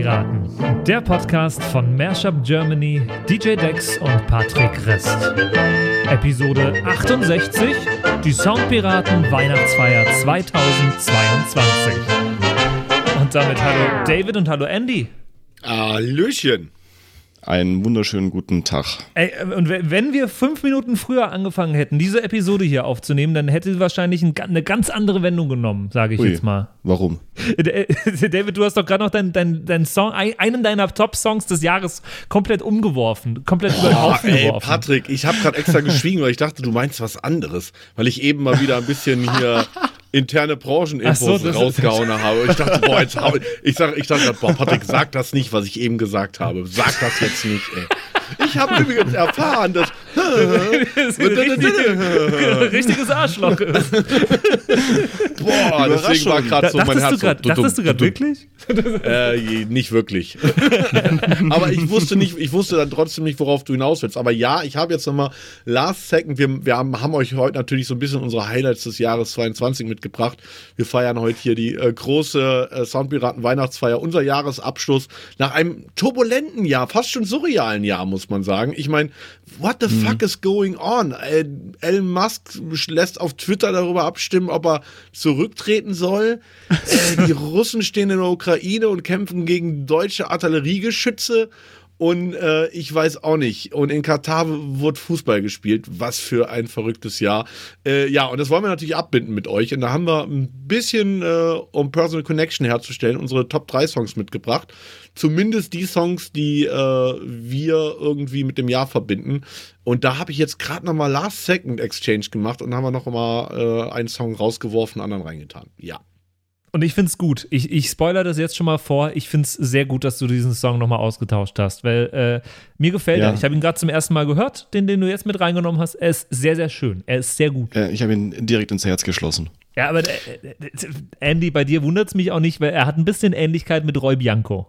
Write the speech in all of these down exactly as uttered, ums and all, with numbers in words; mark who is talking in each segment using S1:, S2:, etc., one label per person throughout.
S1: Soundpiraten, der Podcast von Mashup Germany, D J Dex und Patrick Rest. Episode achtundsechzig, die Soundpiraten Weihnachtsfeier zweitausendzweiundzwanzig. Und damit hallo David und hallo Andy.
S2: Hallöchen.
S3: Einen wunderschönen guten Tag.
S1: Ey, und wenn wir fünf Minuten früher angefangen hätten, diese Episode hier aufzunehmen, dann hätte sie wahrscheinlich ein, eine ganz andere Wendung genommen, sage ich Ui, jetzt mal.
S3: Warum?
S1: David, du hast doch gerade noch deinen dein, dein Song, einen deiner Top-Songs des Jahres komplett umgeworfen, komplett über den Haufen
S2: ey,
S1: geworfen.
S2: Patrick, ich habe gerade extra geschwiegen, weil ich dachte, du meinst was anderes, weil ich eben mal wieder ein bisschen hier interne Brancheninfos so, rausgehauen habe. Ich dachte, boah, jetzt habe ich, sag, ich dachte, boah, Patrick, sag das nicht, was ich eben gesagt habe. Sag das jetzt nicht, ey. Ich habe übrigens erfahren, dass
S1: das richtige, richtiges Arschloch ist.
S2: Boah, deswegen war gerade so mein Herz.
S1: Grad, so, dachtest du gerade wirklich?
S2: Äh, nicht wirklich. Aber ich wusste nicht, ich wusste dann trotzdem nicht, worauf du hinaus willst. Aber ja, ich habe jetzt nochmal Last Second, wir, wir haben, haben euch heute natürlich so ein bisschen unsere Highlights des Jahres zweiundzwanzig mitgebracht. Wir feiern heute hier die äh, große äh, Soundpiraten Weihnachtsfeier, unser Jahresabschluss nach einem turbulenten Jahr, fast schon surrealen Jahr, muss man sagen. Ich meine, what the mhm. fuck is going on? Äh, Elon Musk lässt auf Twitter darüber abstimmen, ob er zurücktreten soll. Äh, die Russen stehen in der Ukraine und kämpfen gegen deutsche Artilleriegeschütze. Und äh, ich weiß auch nicht. Und in Katar wurde Fußball gespielt. Was für ein verrücktes Jahr. Äh, ja, und das wollen wir natürlich abbinden mit euch. Und da haben wir ein bisschen, äh, um Personal Connection herzustellen, unsere Top drei Songs mitgebracht. Zumindest die Songs, die äh, wir irgendwie mit dem Jahr verbinden. Und da habe ich jetzt gerade nochmal Last Second Exchange gemacht und haben wir noch mal äh, einen Song rausgeworfen, einen anderen reingetan. Ja.
S1: Und ich find's gut. Ich, ich spoilere das jetzt schon mal vor. Ich find's sehr gut, dass du diesen Song nochmal ausgetauscht hast, weil äh, mir gefällt ja. er. Ich habe ihn gerade zum ersten Mal gehört, den, den du jetzt mit reingenommen hast. Er ist sehr, sehr schön. Er ist sehr gut.
S3: Äh, ich habe ihn direkt ins Herz geschlossen.
S1: Ja, aber äh, Andy, bei dir wundert's mich auch nicht, weil er hat ein bisschen Ähnlichkeit mit Roy Bianco.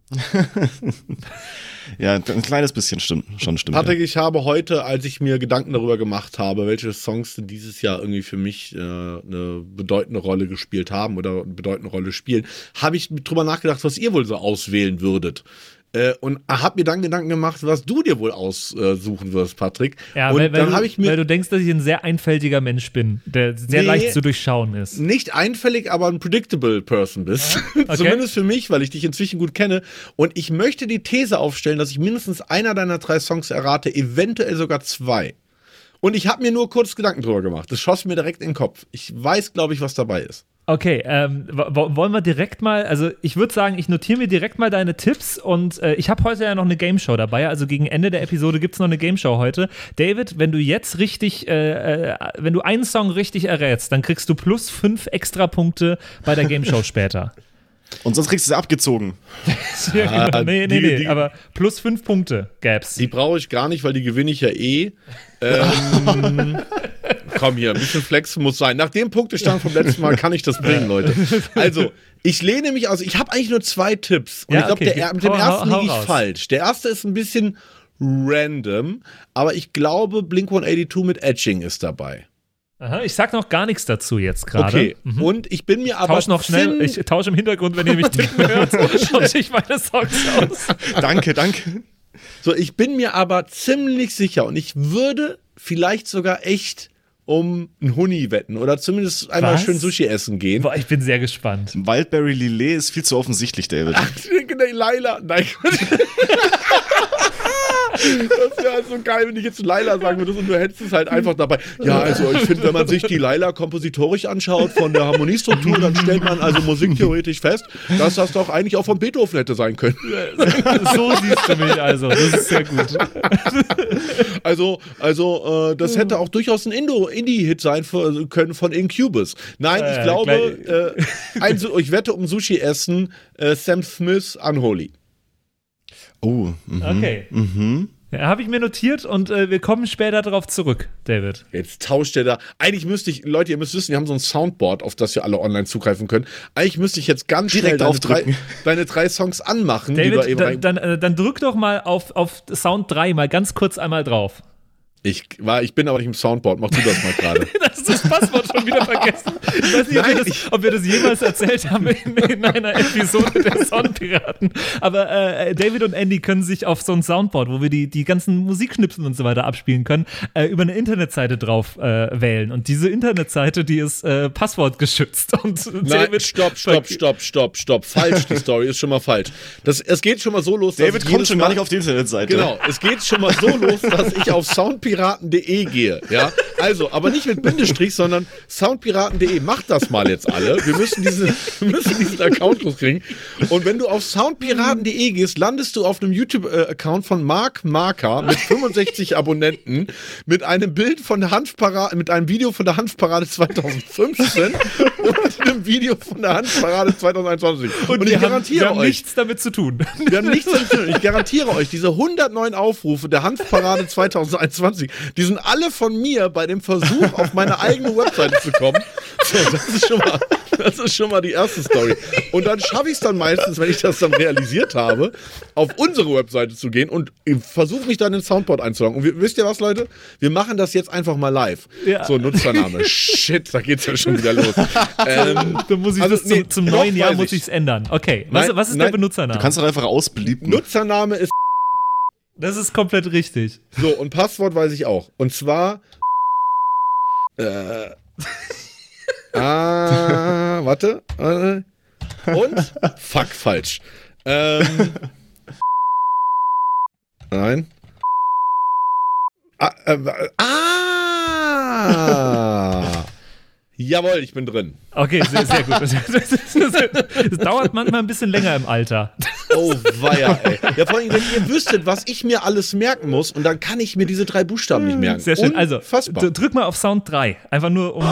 S3: Ja, ein kleines bisschen stimmt, schon stimmt.
S2: Patrick,
S3: ja.
S2: ich habe heute, als ich mir Gedanken darüber gemacht habe, welche Songs dieses Jahr irgendwie für mich äh, eine bedeutende Rolle gespielt haben oder eine bedeutende Rolle spielen, habe ich drüber nachgedacht, was ihr wohl so auswählen würdet. Äh, und habe mir dann Gedanken gemacht, was du dir wohl aussuchen wirst, Patrick.
S1: Ja,
S2: und
S1: weil, weil,
S2: dann
S1: du,
S2: ich mir,
S1: weil du denkst, dass ich ein sehr einfältiger Mensch bin, der sehr nee, leicht zu durchschauen ist.
S2: Nicht einfällig, aber ein predictable Person bist. Ja, okay. Zumindest für mich, weil ich dich inzwischen gut kenne. Und ich möchte die These aufstellen, dass ich mindestens einer deiner drei Songs errate, eventuell sogar zwei. Und ich habe mir nur kurz Gedanken drüber gemacht. Das schoss mir direkt in den Kopf. Ich weiß, glaube ich, was dabei ist.
S1: Okay, ähm, w- wollen wir direkt mal, also ich würde sagen, ich notiere mir direkt mal deine Tipps und äh, ich habe heute ja noch eine Gameshow dabei, also gegen Ende der Episode gibt es noch eine Gameshow heute. David, wenn du jetzt richtig, äh, äh, wenn du einen Song richtig errätst, dann kriegst du plus fünf extra Punkte bei der Gameshow später.
S3: Und sonst kriegst du sie abgezogen.
S1: Ja, genau. Nee, nee, nee, die, aber plus fünf Punkte gäb's.
S2: Die brauche ich gar nicht, weil die gewinne ich ja eh. Ähm, komm hier, ein bisschen Flex muss sein. Nach dem Punktestand vom letzten Mal kann ich das bringen, Leute. Also, ich lehne mich aus. Ich habe eigentlich nur zwei Tipps. Und
S1: ja,
S2: ich glaube,
S1: okay.
S2: mit dem
S1: hau,
S2: ersten
S1: hau, hau
S2: liege ich
S1: raus. falsch.
S2: Der erste ist ein bisschen random, aber ich glaube, Blink hundertachtzig mit Etching ist dabei.
S1: Aha, ich sag noch gar nichts dazu jetzt gerade.
S2: Okay,
S1: mhm.
S2: und ich bin mir
S1: ich
S2: aber
S1: tausch noch schnell, ich tausche im Hintergrund, wenn ihr mich tippen hört, tausche ich meine Songs aus.
S3: Danke, danke.
S2: So, ich bin mir aber ziemlich sicher und ich würde vielleicht sogar echt um einen Huni wetten oder zumindest einmal
S1: Was?
S2: schön Sushi essen gehen.
S1: Boah, ich bin sehr gespannt.
S3: Wildberry Lillet ist viel zu offensichtlich, David.
S2: Ach, Laila. Nein. Das wäre halt so geil, wenn ich jetzt Laila sagen würde und du hättest es halt einfach dabei. Ja, also ich finde, wenn man sich die Laila kompositorisch anschaut von der Harmoniestruktur, dann stellt man also musiktheoretisch fest, dass das doch eigentlich auch von Beethoven hätte sein können.
S1: So siehst du mich also. Das ist sehr gut.
S2: Also, also äh, das hätte auch durchaus ein Indo- Indie-Hit sein für, können von Incubus. Nein, ich äh, glaube, äh, ein, ich wette um Sushi essen, äh, Sam Smith, Unholy.
S3: Oh, mh,
S1: okay.
S3: Mhm.
S1: Ja, habe ich mir notiert und äh, wir kommen später darauf zurück, David.
S2: Jetzt tauscht der da. Eigentlich müsste ich, Leute, ihr müsst wissen, wir haben so ein Soundboard, auf das wir alle online zugreifen können. Eigentlich müsste ich jetzt ganz
S3: direkt
S2: schnell deine
S3: aufdrücken.
S2: drei, deine drei Songs anmachen.
S1: David,
S2: die du eben
S1: dann, dann, äh, dann drück doch mal auf, auf Sound drei mal ganz kurz einmal drauf.
S2: Ich, war, ich bin aber nicht im Soundboard. Mach du das mal gerade.
S1: Das ist das Passwort schon wieder vergessen. Ich weiß nicht, ob,
S2: Nein,
S1: wir, das,
S2: ich-
S1: ob wir das jemals erzählt haben in, in einer Episode der Songpiraten. Aber äh, David und Andy können sich auf so ein Soundboard, wo wir die, die ganzen Musikschnipsel und so weiter abspielen können, äh, über eine Internetseite drauf äh, wählen. Und diese Internetseite, die ist äh, passwortgeschützt. Und
S2: Nein,
S1: David
S2: stopp, stopp, stopp, stopp, stopp. Falsch, die Story ist schon mal falsch. Das, es geht schon mal so los, dass
S3: David
S2: ich
S3: kommt
S2: jedes
S3: schon
S2: Mal-
S3: gar nicht auf die Internetseite.
S2: Genau, es geht schon mal so los, dass ich auf soundpiraten punkt de gehe, ja? Also, aber nicht mit Bindestrich, sondern soundpiraten punkt de. Macht das mal jetzt alle. Wir müssen diesen, wir müssen diesen Account loskriegen. Und wenn du auf soundpiraten punkt de gehst, landest du auf einem YouTube-Account von Mark Marker mit fünfundsechzig Abonnenten, mit einem Bild von der Hanfparade, mit einem Video von der Hanfparade zwanzig fünfzehn und einem Video von der Hanfparade zwanzig einundzwanzig. Und,
S1: wir
S2: ich
S1: haben,
S2: garantiere
S1: wir haben
S2: euch,
S1: nichts damit zu tun.
S2: wir haben nichts damit zu tun. Ich garantiere euch, diese hundertneun Aufrufe der Hanfparade zwanzig einundzwanzig, die sind alle von mir bei dem Versuch, auf meine eigene Webseite zu kommen. So, das ist schon mal, das ist schon mal die erste Story. Und dann schaffe ich es dann meistens, wenn ich das dann realisiert habe, auf unsere Webseite zu gehen und versuche mich dann in Soundboard einzuloggen. Und wir, wisst ihr was, Leute? Wir machen das jetzt einfach mal live.
S1: Ja.
S2: So, Nutzername. Shit, da geht's ja schon wieder los. Ähm,
S1: Da muss ich
S2: also,
S1: das zum,
S2: nee,
S1: zum
S2: doch,
S1: neuen Jahr
S2: weiß
S1: muss
S2: ich.
S1: ich es ändern. Okay, was,
S2: Nein,
S1: was ist
S2: nein,
S1: der Benutzername?
S3: Du kannst doch einfach ausblieben.
S2: Nutzername ist
S1: Das ist komplett richtig.
S2: so, und Passwort weiß ich auch. Und zwar. Äh. ah, warte. Äh, und? Fuck, falsch. Ähm. Nein. Ah! Äh, ah jawohl, ich bin drin.
S1: Okay, sehr, sehr gut. Es dauert manchmal ein bisschen länger im Alter.
S2: Oh, weia, ey. Ja, vor allem, wenn ihr wüsstet, was ich mir alles merken muss, und dann kann ich mir diese drei Buchstaben nicht merken.
S1: Sehr schön. Also,
S2: Unfassbar.
S1: d- drück mal auf Sound drei. Einfach nur um.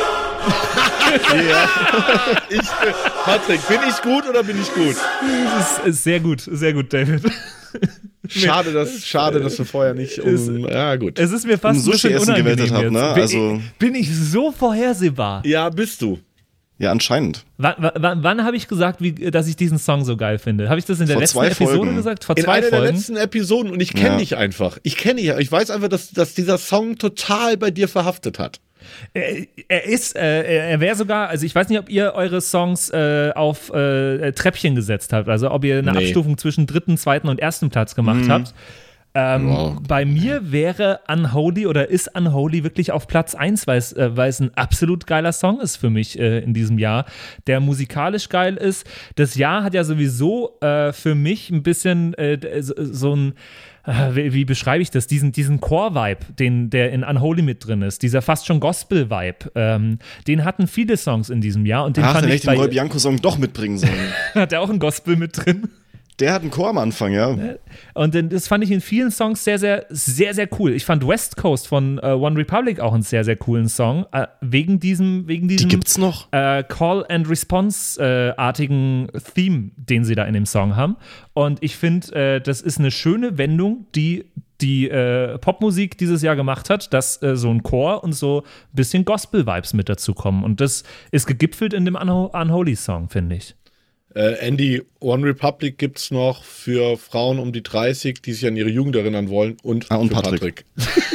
S2: Ich, Patrick, bin ich gut oder bin ich gut?
S1: Das ist, ist sehr gut, sehr gut, David.
S2: Schade, dass, schade, dass wir vorher nicht um. Ja, gut.
S1: Es ist mir fast
S3: Um
S1: ein bisschen
S3: Sushi-Essen
S1: unangenehm
S3: gewettet hab,
S1: jetzt.
S3: ne?
S1: Bin,
S3: Also-
S1: bin ich so vorhersehbar?
S2: Ja, bist du.
S3: Ja, anscheinend.
S1: Wann, wann, wann habe ich gesagt, wie, dass ich diesen Song so geil finde? Habe ich das in der
S3: Vor
S1: letzten
S3: zwei
S1: Episode
S3: Folgen.
S1: gesagt? Vor
S2: In
S1: zwei
S2: einer der
S1: Folgen?
S2: letzten Episoden und ich kenne
S3: Ja.
S2: dich einfach. Ich kenne dich. Ich weiß einfach, dass, dass dieser Song total bei dir verhaftet hat.
S1: Er, er ist, äh, er wäre sogar, also ich weiß nicht, ob ihr eure Songs äh, auf äh, Treppchen gesetzt habt, also ob ihr eine
S2: Nee.
S1: Abstufung zwischen dritten, zweiten und ersten Platz gemacht habt. Ähm,
S2: Wow.
S1: Bei mir wäre Unholy oder ist Unholy wirklich auf Platz eins, weil es, äh, weil es ein absolut geiler Song ist für mich äh, in diesem Jahr, der musikalisch geil ist. Das Jahr hat ja sowieso äh, für mich ein bisschen äh, so, so ein äh, wie, wie beschreibe ich das? Diesen, diesen Core-Vibe, den, der in Unholy mit drin ist, dieser fast schon Gospel-Vibe, ähm, den hatten viele Songs in diesem Jahr und den
S3: Ach,
S1: fand
S3: dann hätte
S1: ich
S3: ich den
S1: bei,
S3: Roy Bianco-Song doch mitbringen sollen.
S1: hat der auch ein Gospel mit drin.
S3: Der hat einen Chor am Anfang, ja.
S1: Und dann- das fand ich in vielen Songs sehr, sehr, sehr, sehr cool. Ich fand West Coast von äh, One Republic auch einen sehr, sehr coolen Song. Äh, wegen diesem, wegen
S3: Die
S1: diesem
S3: gibt's noch.
S1: äh, Call and Response-artigen Theme, den sie da in dem Song haben. Und ich finde, äh, das ist eine schöne Wendung, die die äh, Popmusik dieses Jahr gemacht hat, dass äh, so ein Chor und so ein bisschen Gospel-Vibes mit dazu kommen. Und das ist gegipfelt in dem Unho- Unholy-Song, finde ich.
S2: Äh, Andy, One Republic gibt's noch für Frauen um die dreißig, die sich an ihre Jugend erinnern wollen. Und,
S3: Ah, und
S2: für
S3: Patrick.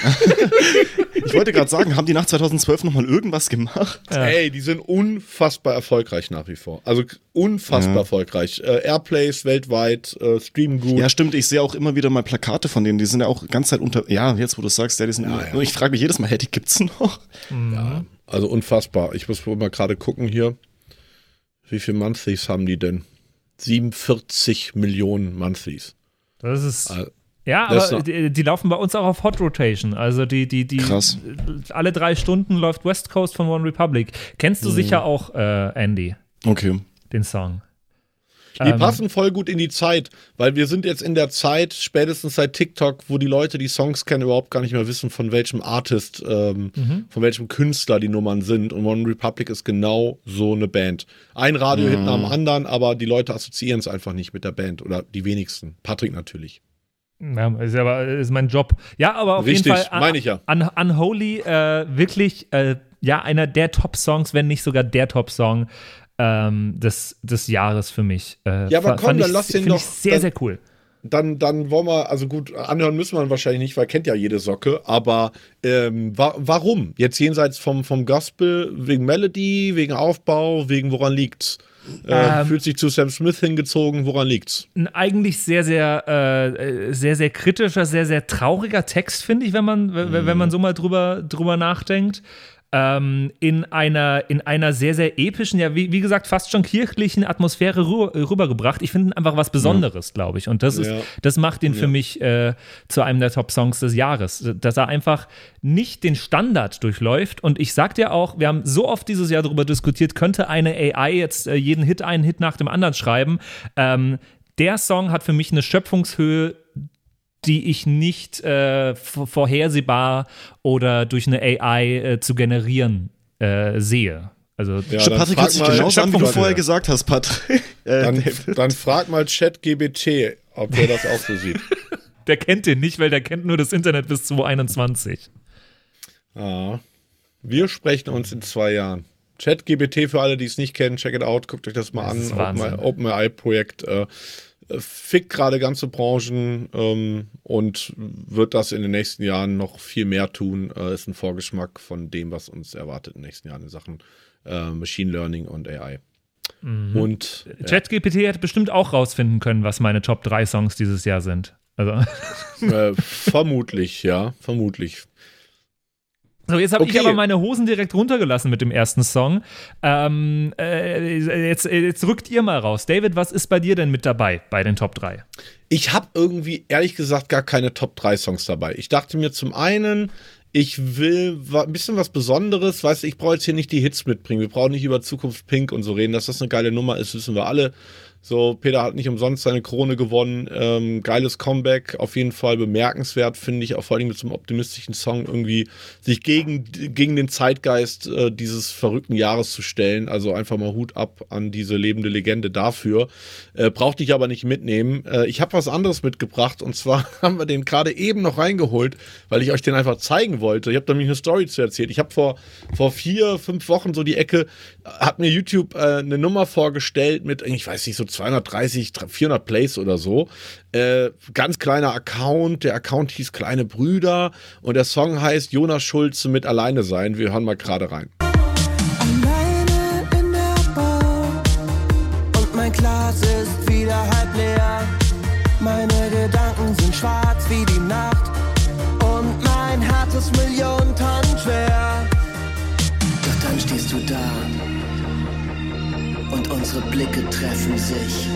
S3: Ich wollte gerade sagen, haben die nach zweitausendzwölf nochmal irgendwas gemacht?
S1: Ja.
S2: Ey, die sind unfassbar erfolgreich nach wie vor. Also k- unfassbar
S3: Ja.
S2: erfolgreich. Äh, Airplays weltweit, äh, streamen gut.
S3: Ja, stimmt. Ich sehe auch immer wieder mal Plakate von denen. Die sind ja auch ganz Zeit unter. Ja, jetzt wo du sagst, ja, die sind.
S2: Ja,
S3: immer,
S2: ja.
S3: Ich frage mich jedes Mal, hey, die gibt's noch?
S2: Ja, also unfassbar. Ich muss mal gerade gucken hier. Wie viele Monthlies haben die denn? siebenundvierzig Millionen Monthlies.
S1: Das ist.
S2: Also,
S1: Ja,
S2: das
S1: aber
S2: ist
S1: die, die laufen bei uns auch auf Hot Rotation. Also die, die, die
S3: Krass.
S1: alle drei Stunden läuft West Coast von One Republic. Kennst
S2: Mhm.
S1: du sicher auch, äh, Andy,
S3: Okay.
S1: den Song?
S2: Die
S1: Ähm,
S2: passen voll gut in die Zeit, weil wir sind jetzt in der Zeit, spätestens seit TikTok, wo die Leute, die Songs kennen, überhaupt gar nicht mehr wissen, von welchem Artist, ähm,
S1: Mhm.
S2: von welchem Künstler die Nummern sind. Und One Republic ist genau so eine Band. Ein Radiohit nach dem anderen, aber die Leute assoziieren es einfach nicht mit der Band oder die wenigsten. Patrick natürlich.
S1: Ja, ist aber ist mein Job. Ja, aber auf
S2: Richtig,
S1: jeden Fall.
S2: meine ich ja.
S1: Un Unholy, äh, wirklich, äh, ja, einer der Top-Songs, wenn nicht sogar der Top-Song ähm, des, des Jahres für mich. Äh,
S2: Ja, aber
S1: fa-
S2: komm,
S1: fand
S2: dann
S1: ich,
S2: lass den
S1: find
S2: doch-
S1: Ich sehr,
S2: dann-
S1: sehr cool.
S2: dann, dann wollen wir, also gut, anhören müssen wir wahrscheinlich nicht, weil kennt ja jede Socke, aber ähm, wa- warum? Jetzt jenseits vom, vom Gospel, wegen Melody, wegen Aufbau, wegen woran liegt's? Äh,
S1: Ähm,
S2: fühlt sich zu Sam Smith hingezogen, woran liegt's?
S1: Ein eigentlich sehr, sehr, äh, sehr, sehr kritischer, sehr, sehr trauriger Text, finde ich, wenn man, w- wenn man so mal drüber, drüber nachdenkt. Ähm, in einer, in einer sehr, sehr epischen, ja, wie, wie gesagt, fast schon kirchlichen Atmosphäre rü- rübergebracht. Ich finde einfach was Besonderes, glaube ich. Und das ist,
S2: Ja.
S1: das macht ihn für
S2: Ja.
S1: mich äh, zu einem der Top-Songs des Jahres. Dass er einfach nicht den Standard durchläuft. Und ich sag dir auch, wir haben so oft dieses Jahr darüber diskutiert, könnte eine A I jetzt äh, jeden Hit, einen Hit nach dem anderen schreiben. Ähm, der Song hat für mich eine Schöpfungshöhe, die ich nicht äh, v- vorhersehbar oder durch eine A I äh, zu generieren äh, sehe. Also
S2: Ja,
S3: Stimmt,
S2: dann
S3: Patrick
S2: frag
S3: hört sich
S2: mal-
S3: genauso an, wie du
S2: Schöpfung-
S3: vorher gesagt hast, Patrick. Äh,
S2: Dann,
S3: David.
S2: dann frag mal ChatGPT, ob der das auch so sieht.
S1: der kennt den nicht, weil der kennt nur das Internet bis zwanzig einundzwanzig.
S2: Ah. Wir sprechen uns in zwei Jahren. ChatGPT für alle, die es nicht kennen, check it out, guckt euch das mal
S1: Das
S2: an.
S1: ist Wahnsinn.
S2: OpenAI-Projekt äh, äh, fickt gerade ganze Branchen ähm, und wird das in den nächsten Jahren noch viel mehr tun. Äh, ist ein Vorgeschmack von dem, was uns erwartet in den nächsten Jahren in Sachen äh, Machine Learning und A I. Und ja.
S1: ChatGPT hätte bestimmt auch rausfinden können, was meine Top drei Songs dieses Jahr sind. Also,
S2: äh, vermutlich, ja, vermutlich.
S1: so, jetzt habe
S2: Okay.
S1: ich aber meine Hosen direkt runtergelassen mit dem ersten Song. Ähm, äh, jetzt, jetzt rückt ihr mal raus. David, was ist bei dir denn mit dabei bei den Top drei?
S2: Ich habe irgendwie, ehrlich gesagt, gar keine Top drei Songs dabei. Ich dachte mir zum einen, ich will wa- ein bisschen was Besonderes. Weißt du, ich brauche jetzt hier nicht die Hits mitbringen. Wir brauchen nicht über Zukunft Pink und so reden. Dass das eine geile Nummer ist, wissen wir alle. So, Peter hat nicht umsonst seine Krone gewonnen. Ähm, geiles Comeback, auf jeden Fall bemerkenswert, finde ich, auch vor allem mit so einem optimistischen Song irgendwie sich gegen, gegen den Zeitgeist äh, dieses verrückten Jahres zu stellen. Also einfach mal Hut ab an diese lebende Legende dafür. Äh, brauchte ich aber nicht mitnehmen. Äh, ich habe was anderes mitgebracht und zwar haben wir den gerade eben noch reingeholt, weil ich euch den einfach zeigen wollte. Ich habe da nämlich eine Story zu erzählt. Ich habe vor, vor vier, fünf Wochen so die Ecke, hat mir YouTube äh, eine Nummer vorgestellt mit, ich weiß nicht, so zweihundertdreißig, vierhundert Plays oder so. Äh, ganz kleiner Account. Der Account hieß Kleine Brüder und der Song heißt Jonas Schulze mit Alleine sein. Wir hören mal gerade rein.
S4: Alleine in der Bar und mein Glas ist wieder halb leer. Meine Gedanken sind schwarz wie die Nacht und mein Herz ist Millionen Tonnen schwer. Doch dann stehst du da und unsere Blicke treffen sich.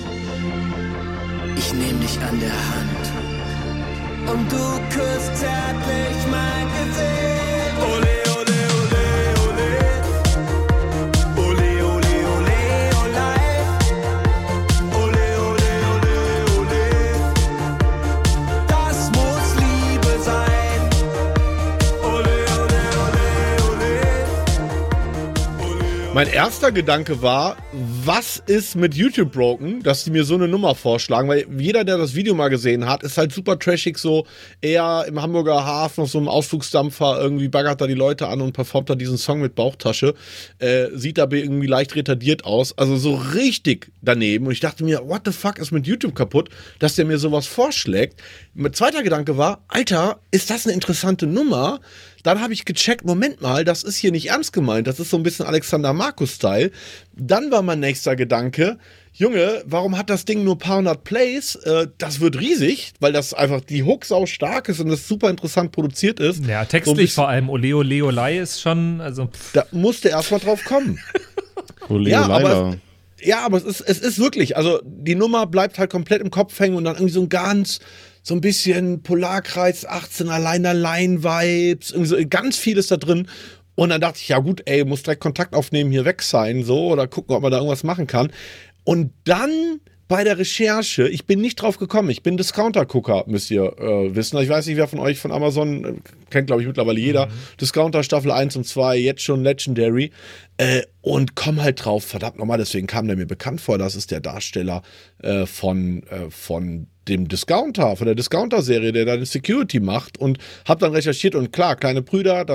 S4: Ich nehm dich an der Hand und du küsst zärtlich mein Gesicht. Ole, ole, ole, ole. Ole, ole, ole, ole. Ole, ole, ole, ole. Das muss Liebe sein. Ole, ole, ole, ole.
S2: Mein erster Gedanke war, was ist mit YouTube broken, dass die mir so eine Nummer vorschlagen, weil jeder, der das Video mal gesehen hat, ist halt super trashig, so eher im Hamburger Hafen auf so einem Ausflugsdampfer, irgendwie baggert da die Leute an und performt da diesen Song mit Bauchtasche, äh, sieht da irgendwie leicht retardiert aus, also so richtig daneben und ich dachte mir, what the fuck ist mit YouTube kaputt, dass der mir sowas vorschlägt. Mein zweiter Gedanke war, Alter, ist das eine interessante Nummer? Dann habe ich gecheckt, Moment mal, das ist hier nicht ernst gemeint, das ist so ein bisschen Alexander Markus-Style. Dann war mein nächster Gedanke, Junge, warum hat das Ding nur ein paar hundert Plays? Äh, das wird riesig, weil das einfach die Hook sau stark ist und das super interessant produziert ist.
S1: Ja,
S2: So ein
S1: textlich
S2: bisschen-
S1: vor allem. Ole, ole, olei ist schon, also pff.
S2: Da musste erst mal drauf kommen.
S3: Ole,
S2: Ja,
S3: Leila.
S2: aber Ja, aber es ist, es ist wirklich, also die Nummer bleibt halt komplett im Kopf hängen und dann irgendwie so ein ganz, so ein bisschen Polarkreis achtzehn allein allein Vibes, irgendwie so ganz vieles da drin. Und dann dachte ich, ja gut, ey, muss direkt Kontakt aufnehmen, hier weg sein, so, oder gucken, ob man da irgendwas machen kann. Und dann bei der Recherche, ich bin nicht drauf gekommen, ich bin Discounter-Gucker, müsst ihr äh, wissen. Ich weiß nicht, wer von euch von Amazon, äh, kennt glaube ich mittlerweile jeder, mhm. Discounter Staffel eins und zwei, jetzt schon Legendary. Äh, und komm halt drauf, verdammt nochmal, deswegen kam der mir bekannt vor, das ist der Darsteller äh, von, äh, von dem Discounter, von der Discounter-Serie, der da eine Security macht und hab dann recherchiert und klar, Kleine Brüder, das sind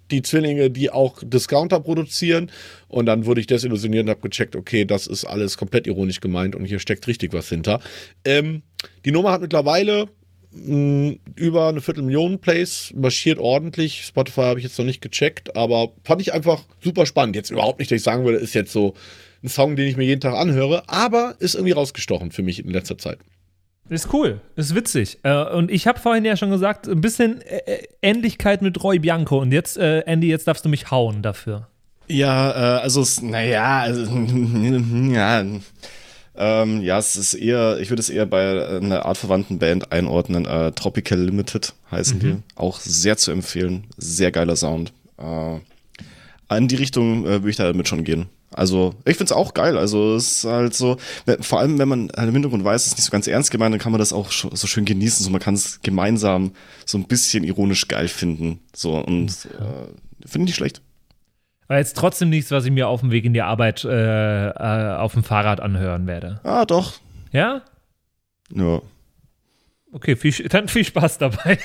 S2: die Zwillinge, die auch Discounter produzieren. Und dann wurde ich desillusioniert und habe gecheckt, okay, das ist alles komplett ironisch gemeint und hier steckt richtig was hinter. Ähm, die Nummer hat mittlerweile mh, über eine Viertelmillion Plays, marschiert ordentlich. Spotify habe ich jetzt noch nicht gecheckt, aber fand ich einfach super spannend. Jetzt überhaupt nicht, dass ich sagen würde, ist jetzt so ein Song, den ich mir jeden Tag anhöre, aber ist irgendwie rausgestochen für mich in letzter Zeit.
S1: Ist cool, ist witzig. Äh, und ich habe vorhin ja schon gesagt, ein bisschen äh, Ähnlichkeit mit Roy Bianco. Und jetzt, äh, Andy, jetzt darfst du mich hauen dafür.
S3: Ja, äh, also, naja, also, ja, ähm, ja, es ist eher, ich würde es eher bei einer artverwandten Band einordnen. Äh, Tropical Limited heißen mhm. die. Auch sehr zu empfehlen. Sehr geiler Sound. Äh, in die Richtung äh, würde ich da damit schon gehen. Also, ich find's auch geil. Also, es ist halt so, vor allem, wenn man halt im Hintergrund weiß, es ist nicht so ganz ernst gemeint, dann kann man das auch so schön genießen. So, man kann es gemeinsam so ein bisschen ironisch geil finden. So, und äh, finde ich nicht schlecht.
S1: Aber jetzt trotzdem nichts, was ich mir auf dem Weg in die Arbeit äh, äh, auf dem Fahrrad anhören werde.
S3: Ah, doch.
S1: Ja?
S3: Ja.
S1: Okay, viel, dann viel Spaß dabei.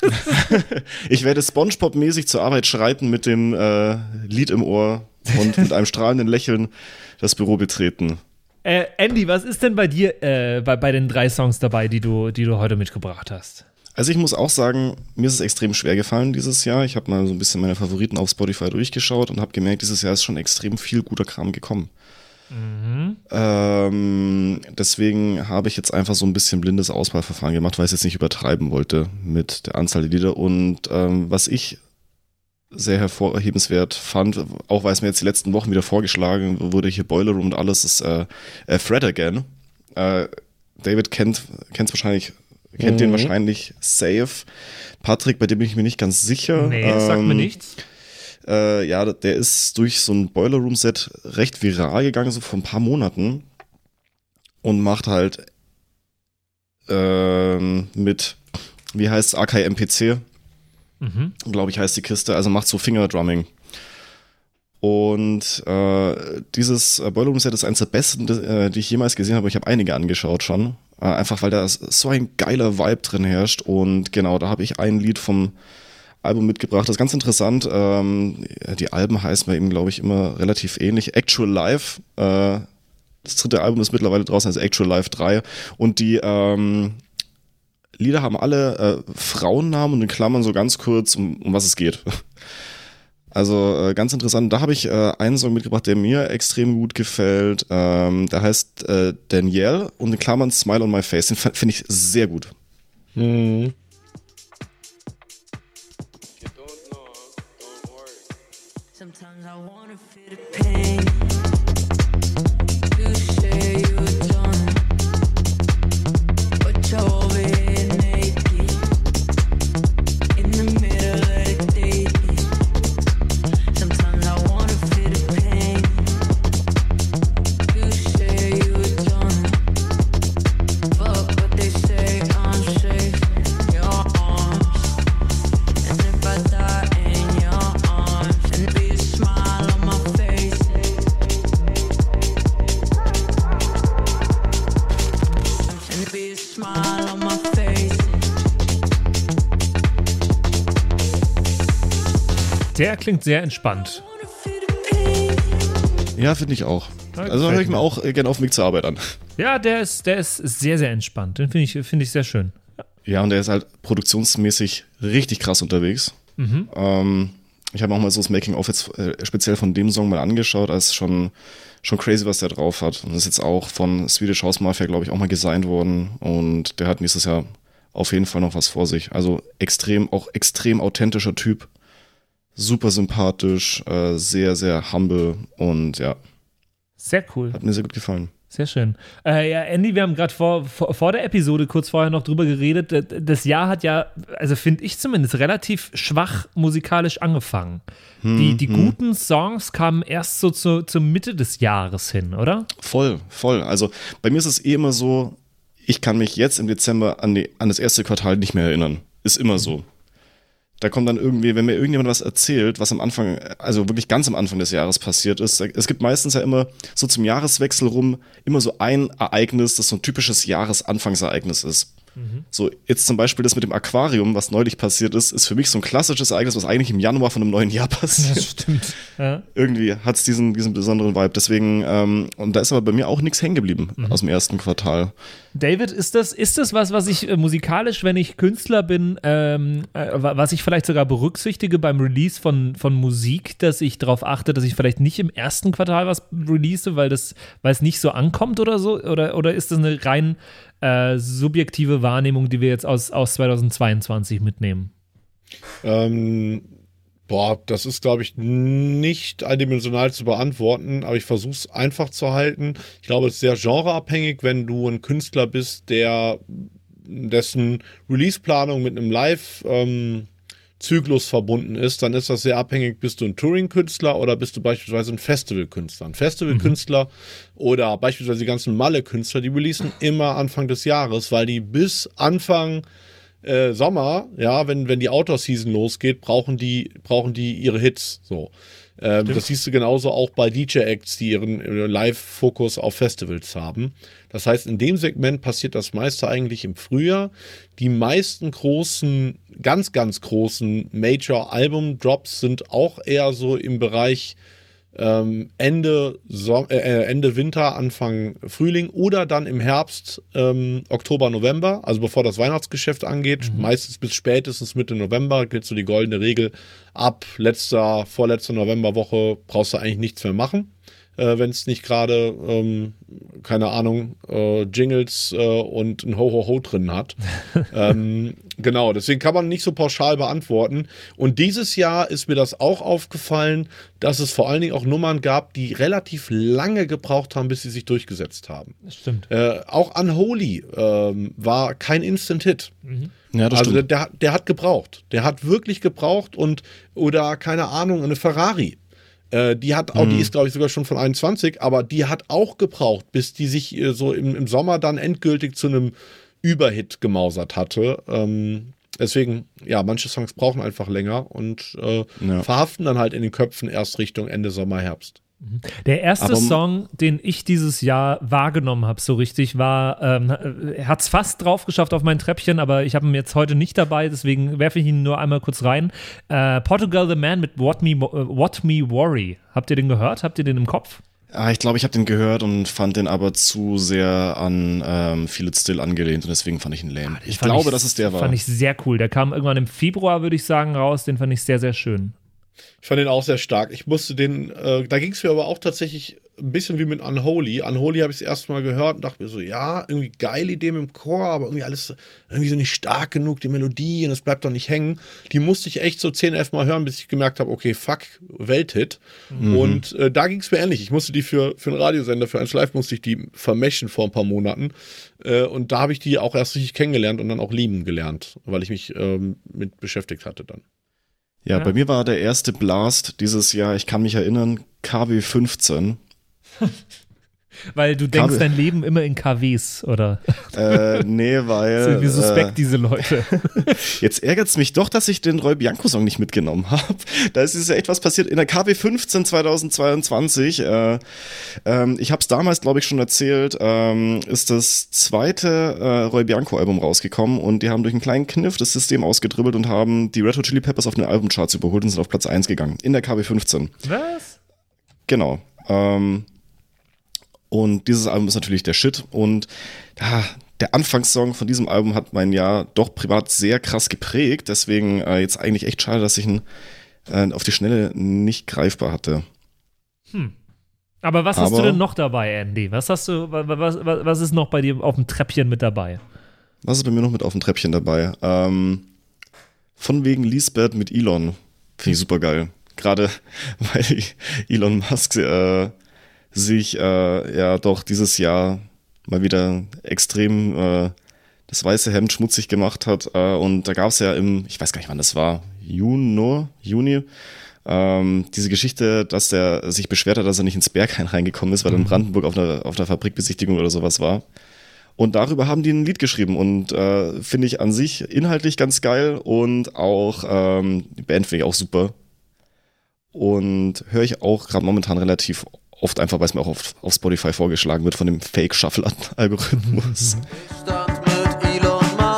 S3: Ich werde SpongeBob-mäßig zur Arbeit schreiten mit dem äh, Lied im Ohr und mit einem strahlenden Lächeln das Büro betreten.
S1: Äh, Andy, was ist denn bei dir äh, bei, bei den drei Songs dabei, die du, die du heute mitgebracht hast?
S3: Also ich muss auch sagen, mir ist es extrem schwer gefallen dieses Jahr. Ich habe mal so ein bisschen meine Favoriten auf Spotify durchgeschaut und habe gemerkt, dieses Jahr ist schon extrem viel guter Kram gekommen. Mhm. Ähm, deswegen habe ich jetzt einfach so ein bisschen blindes Auswahlverfahren gemacht, weil ich es jetzt nicht übertreiben wollte mit der Anzahl der Lieder. Und ähm, was ich sehr hervorhebenswert fand, auch weil es mir jetzt die letzten Wochen wieder vorgeschlagen wurde, hier Boiler Room und alles, ist äh, äh, Fred Again. Äh, David kennt es wahrscheinlich, kennt mhm. den wahrscheinlich safe. Patrick, bei dem bin ich mir nicht ganz sicher.
S1: Nee, das ähm, sagt mir nichts.
S3: Äh, ja, der ist durch so ein Boiler Room Set recht viral gegangen, so vor ein paar Monaten. Und macht halt ähm, mit, wie heißt es, A K M P C, mhm. glaube ich, heißt die Kiste, also macht so Fingerdrumming. Und äh, dieses äh, Boiler Room Set ist eines der besten, äh, die ich jemals gesehen habe. Ich habe einige angeschaut schon. Äh, einfach weil da so ein geiler Vibe drin herrscht. Und genau, da habe ich ein Lied vom Album mitgebracht. Das ist ganz interessant. Ähm, die Alben heißen bei ihm, glaube ich, immer relativ ähnlich. Actual Life. Äh, das dritte Album ist mittlerweile draußen, also Actual Life drei. Und die ähm, Lieder haben alle äh, Frauennamen und in Klammern so ganz kurz, um, um was es geht. Also äh, ganz interessant. Da habe ich äh, einen Song mitgebracht, der mir extrem gut gefällt. Ähm, der heißt äh, Danielle und in Klammern Smile on My Face. Den finde ich sehr gut.
S2: Mhm.
S4: Sometimes I wanna feel the pain. You say you're done, but you're over here naked in the middle of the day. Sometimes I wanna feel the pain. You say you're done, but what they say I'm safe in your arms. And if I die in your arms, and be a smile on my face. And be a smile on my face.
S1: Der klingt sehr entspannt.
S3: Ja, finde ich auch. Also höre ich mir auch gerne auf dem Weg zur Arbeit an.
S1: Ja, der ist, der ist sehr, sehr entspannt. Den finde ich, find ich sehr schön.
S3: Ja, und der ist halt produktionsmäßig richtig krass unterwegs. Mhm. Ähm, ich habe auch mal so das Making-of jetzt äh, speziell von dem Song mal angeschaut, als schon, schon crazy, was der drauf hat. Und das ist jetzt auch von Swedish House Mafia, glaube ich, auch mal gesigned worden. Und der hat nächstes Jahr auf jeden Fall noch was vor sich. Also extrem, auch extrem authentischer Typ. Super sympathisch, äh, sehr, sehr humble und ja.
S1: Sehr cool.
S3: Hat mir sehr gut gefallen.
S1: Sehr schön. Äh, ja, Andy, wir haben gerade vor, vor, vor der Episode kurz vorher noch drüber geredet. Das Jahr hat ja, also finde ich zumindest, relativ schwach musikalisch angefangen. Hm, die die hm. guten Songs kamen erst so zu, zur Mitte des Jahres hin, oder?
S3: Voll, voll. Also bei mir ist es eh immer so, ich kann mich jetzt im Dezember an, die, an das erste Quartal nicht mehr erinnern. Ist immer so. Da kommt dann irgendwie, wenn mir irgendjemand was erzählt, was am Anfang, also wirklich ganz am Anfang des Jahres passiert ist, es gibt meistens ja immer so zum Jahreswechsel rum immer so ein Ereignis, das so ein typisches Jahresanfangsereignis ist. Mhm. So, jetzt zum Beispiel das mit dem Aquarium, was neulich passiert ist, ist für mich so ein klassisches Ereignis, was eigentlich im Januar von einem neuen Jahr passiert.
S1: Das stimmt. Ja.
S3: Irgendwie hat es diesen, diesen besonderen Vibe. Deswegen, ähm, und da ist aber bei mir auch nichts hängen geblieben mhm. aus dem ersten Quartal.
S1: David, ist das, ist das was, was ich äh, musikalisch, wenn ich Künstler bin, ähm, äh, was ich vielleicht sogar berücksichtige beim Release von, von Musik, dass ich darauf achte, dass ich vielleicht nicht im ersten Quartal was release, weil das, weil es nicht so ankommt oder so? Oder, oder ist das eine rein äh, subjektive Wahrnehmung, die wir jetzt aus, aus zweitausendzweiundzwanzig mitnehmen?
S2: Ähm, boah, das ist, glaube ich, nicht eindimensional zu beantworten, aber ich versuche es einfach zu halten. Ich glaube, es ist sehr genreabhängig, wenn du ein Künstler bist, der dessen Release-Planung mit einem Live- ähm, Zyklus verbunden ist, dann ist das sehr abhängig, bist du ein Touring-Künstler oder bist du beispielsweise ein Festival-Künstler. Ein Festival-Künstler mhm. oder beispielsweise die ganzen Malle-Künstler, die releasen immer Anfang des Jahres, weil die bis Anfang äh, Sommer, ja, wenn, wenn die Outdoor-Season losgeht, brauchen die, brauchen die ihre Hits, so. Ähm, das siehst du genauso auch bei D J-Acts, die ihren Live-Fokus auf Festivals haben. Das heißt, in dem Segment passiert das meiste eigentlich im Frühjahr. Die meisten großen, ganz, ganz großen Major-Album-Drops sind auch eher so im Bereich ähm, Ende, so- äh, Ende Winter, Anfang Frühling oder dann im Herbst, ähm, Oktober, November, also bevor das Weihnachtsgeschäft angeht. Mhm. Meistens bis spätestens Mitte November gilt so die goldene Regel. Ab letzter, vorletzter Novemberwoche brauchst du eigentlich nichts mehr machen, äh, wenn es nicht gerade, ähm, keine Ahnung, äh, Jingles äh, und ein Ho-Ho-Ho drin hat. ähm, genau, deswegen kann man nicht so pauschal beantworten. Und dieses Jahr ist mir das auch aufgefallen, dass es vor allen Dingen auch Nummern gab, die relativ lange gebraucht haben, bis sie sich durchgesetzt haben.
S1: Das stimmt.
S2: Äh, auch Unholy ähm, war kein Instant-Hit.
S1: Mhm.
S3: Ja, das
S2: also
S3: stimmt.
S2: der, der hat gebraucht. Der hat wirklich gebraucht und oder keine Ahnung, eine Ferrari. Äh, die hat auch, mhm. die ist glaube ich sogar schon von einundzwanzig, aber die hat auch gebraucht, bis die sich äh, so im, im Sommer dann endgültig zu einem Überhit gemausert hatte. Ähm, deswegen, ja, manche Songs brauchen einfach länger und äh,
S3: ja.
S2: verhaften dann halt in den Köpfen erst Richtung Ende Sommer, Herbst.
S1: Der erste
S3: Aber,
S1: Song, den ich dieses Jahr wahrgenommen habe, so richtig, war, ähm, hat es fast drauf geschafft auf mein Treppchen, aber ich habe ihn jetzt heute nicht dabei, deswegen werfe ich ihn nur einmal kurz rein. Äh, Portugal the Man mit What Me, What Me Worry. Habt ihr den gehört? Habt ihr den im Kopf?
S3: Ah, ich glaube, ich habe den gehört und fand den aber zu sehr an ähm, Feel It Still angelehnt und deswegen fand ich ihn lame. Ich glaube, ich, dass es der war.
S1: Fand ich sehr cool. Der kam irgendwann im Februar, würde ich sagen, raus. Den fand ich sehr, sehr schön.
S2: Ich fand den auch sehr stark. Ich musste den, äh, da ging es mir aber auch tatsächlich ein bisschen wie mit Unholy. Unholy habe ich das erste Mal gehört und dachte mir so, ja, irgendwie geile Idee mit dem Chor, aber irgendwie alles irgendwie so nicht stark genug, die Melodie und es bleibt doch nicht hängen. Die musste ich echt so zehn, elf Mal hören, bis ich gemerkt habe, okay, fuck, Welthit. Mhm. Und äh, da ging es mir ähnlich. Ich musste die für, für einen Radiosender, für eins Live musste ich die vermischen vor ein paar Monaten. Äh, und da habe ich die auch erst richtig kennengelernt und dann auch lieben gelernt, weil ich mich ähm, mit beschäftigt hatte dann.
S3: Ja,
S1: Ja.
S3: bei mir war der erste Blast dieses Jahr, ich kann mich erinnern, K W fünfzehn.
S1: Weil du denkst
S3: Kabel.
S1: dein Leben immer in K Ws, oder?
S3: Äh, nee, weil.
S1: Sind wir suspekt,
S3: äh,
S1: diese Leute.
S3: Jetzt ärgert es mich doch, dass ich den Roy Bianco-Song nicht mitgenommen habe. Da ist ja echt was passiert. In der K W fünfzehn zweitausendzweiundzwanzig, äh, ähm, ich habe es damals, glaube ich, schon erzählt, ähm, ist das zweite äh, Roy Bianco-Album rausgekommen und die haben durch einen kleinen Kniff das System ausgedribbelt und haben die Red Hot Chili Peppers auf den Albumcharts überholt und sind auf Platz eins gegangen. In der K W fünfzehn.
S1: Was?
S3: Genau. Ähm, und dieses Album ist natürlich der Shit und ja, der Anfangssong von diesem Album hat mein Jahr doch privat sehr krass geprägt, deswegen äh, jetzt eigentlich echt schade, dass ich ihn äh, auf die Schnelle nicht greifbar hatte.
S1: Hm. Aber was hast
S3: Aber-
S1: du denn noch dabei, Andy? Was hast du, wa- wa- was, was, was ist noch bei dir auf dem Treppchen mit dabei?
S3: Was ist bei mir noch mit auf dem Treppchen dabei? Ähm, von wegen Lisbeth mit Elon. Finde ich super geil. Gerade weil Elon Musk äh, sich äh, ja doch dieses Jahr mal wieder extrem äh, das weiße Hemd schmutzig gemacht hat. Äh, und da gab es ja im, ich weiß gar nicht wann das war, Juni, Juni, ähm, diese Geschichte, dass der sich beschwert hat, dass er nicht ins Berghain reingekommen ist, weil er in Brandenburg auf einer, auf einer Fabrikbesichtigung oder sowas war. Und darüber haben die ein Lied geschrieben und äh, finde ich an sich inhaltlich ganz geil und auch ähm, die Band finde ich auch super. Und höre ich auch gerade momentan relativ oft einfach, weil es mir auch auf, auf Spotify vorgeschlagen wird von dem Fake-Shuffle-Algorithmus.
S4: Start mit Elon Musk.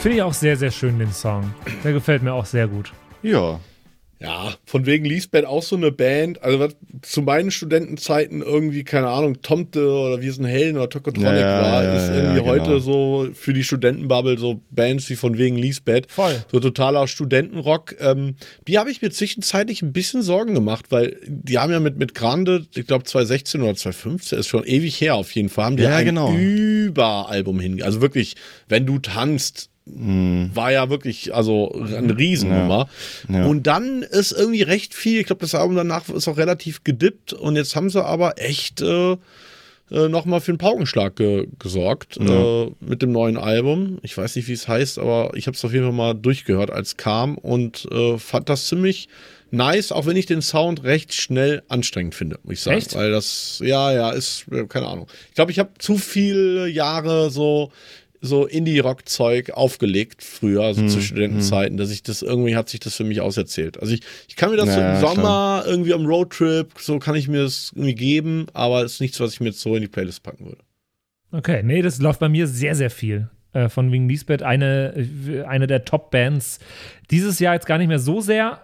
S1: Finde ich auch sehr, sehr schön, den Song. Der gefällt mir auch sehr gut.
S3: Ja.
S2: Ja, von wegen Lisbeth auch so eine Band, also was zu meinen Studentenzeiten irgendwie, keine Ahnung, Tomte oder Wir sind Helden oder Tokotronic
S3: Ja, ja,
S2: war,
S3: ja,
S2: ist
S3: ja,
S2: irgendwie
S3: ja,
S2: heute
S3: genau.
S2: so für die Studentenbubble so Bands wie von wegen Lisbeth.
S1: Voll.
S2: So totaler Studentenrock. Ähm, die habe ich mir zwischenzeitlich ein bisschen Sorgen gemacht, weil die haben ja mit, mit Grande, ich glaube zwanzig sechzehn oder zwanzig fünfzehn, ist schon ewig her auf jeden Fall, haben die
S3: Ja,
S2: ein
S3: genau.
S2: Überalbum hinge... Also wirklich, wenn du tanzt, war ja wirklich, also eine Riesennummer.
S3: Ja. Ja.
S2: Und dann ist irgendwie recht viel, ich glaube, das Album danach ist auch relativ gedippt und jetzt haben sie aber echt äh, äh, nochmal für einen Paukenschlag ge gesorgt
S3: Ja.
S2: äh, mit dem neuen Album. Ich weiß nicht, wie es heißt, aber ich habe es auf jeden Fall mal durchgehört, als kam und äh, fand das ziemlich nice, auch wenn ich den Sound recht schnell anstrengend finde, muss ich sagen.
S1: Echt?
S2: Weil das, ja, ja, ist, äh, keine Ahnung. Ich glaube, ich habe zu viele Jahre so so Indie-Rock-Zeug aufgelegt früher, also
S3: Hm,
S2: zu Studentenzeiten, dass ich das irgendwie hat sich das für mich auserzählt. Also ich, ich kann mir das
S3: Ja,
S2: so im
S3: ja,
S2: Sommer irgendwie am Roadtrip, so kann ich mir das irgendwie geben, aber es ist nichts, was ich mir jetzt so in die Playlist packen würde.
S1: Okay, nee, das läuft bei mir sehr, sehr viel. Äh, von wegen Lisbeth, eine, äh, eine der Top-Bands. Dieses Jahr jetzt gar nicht mehr so sehr,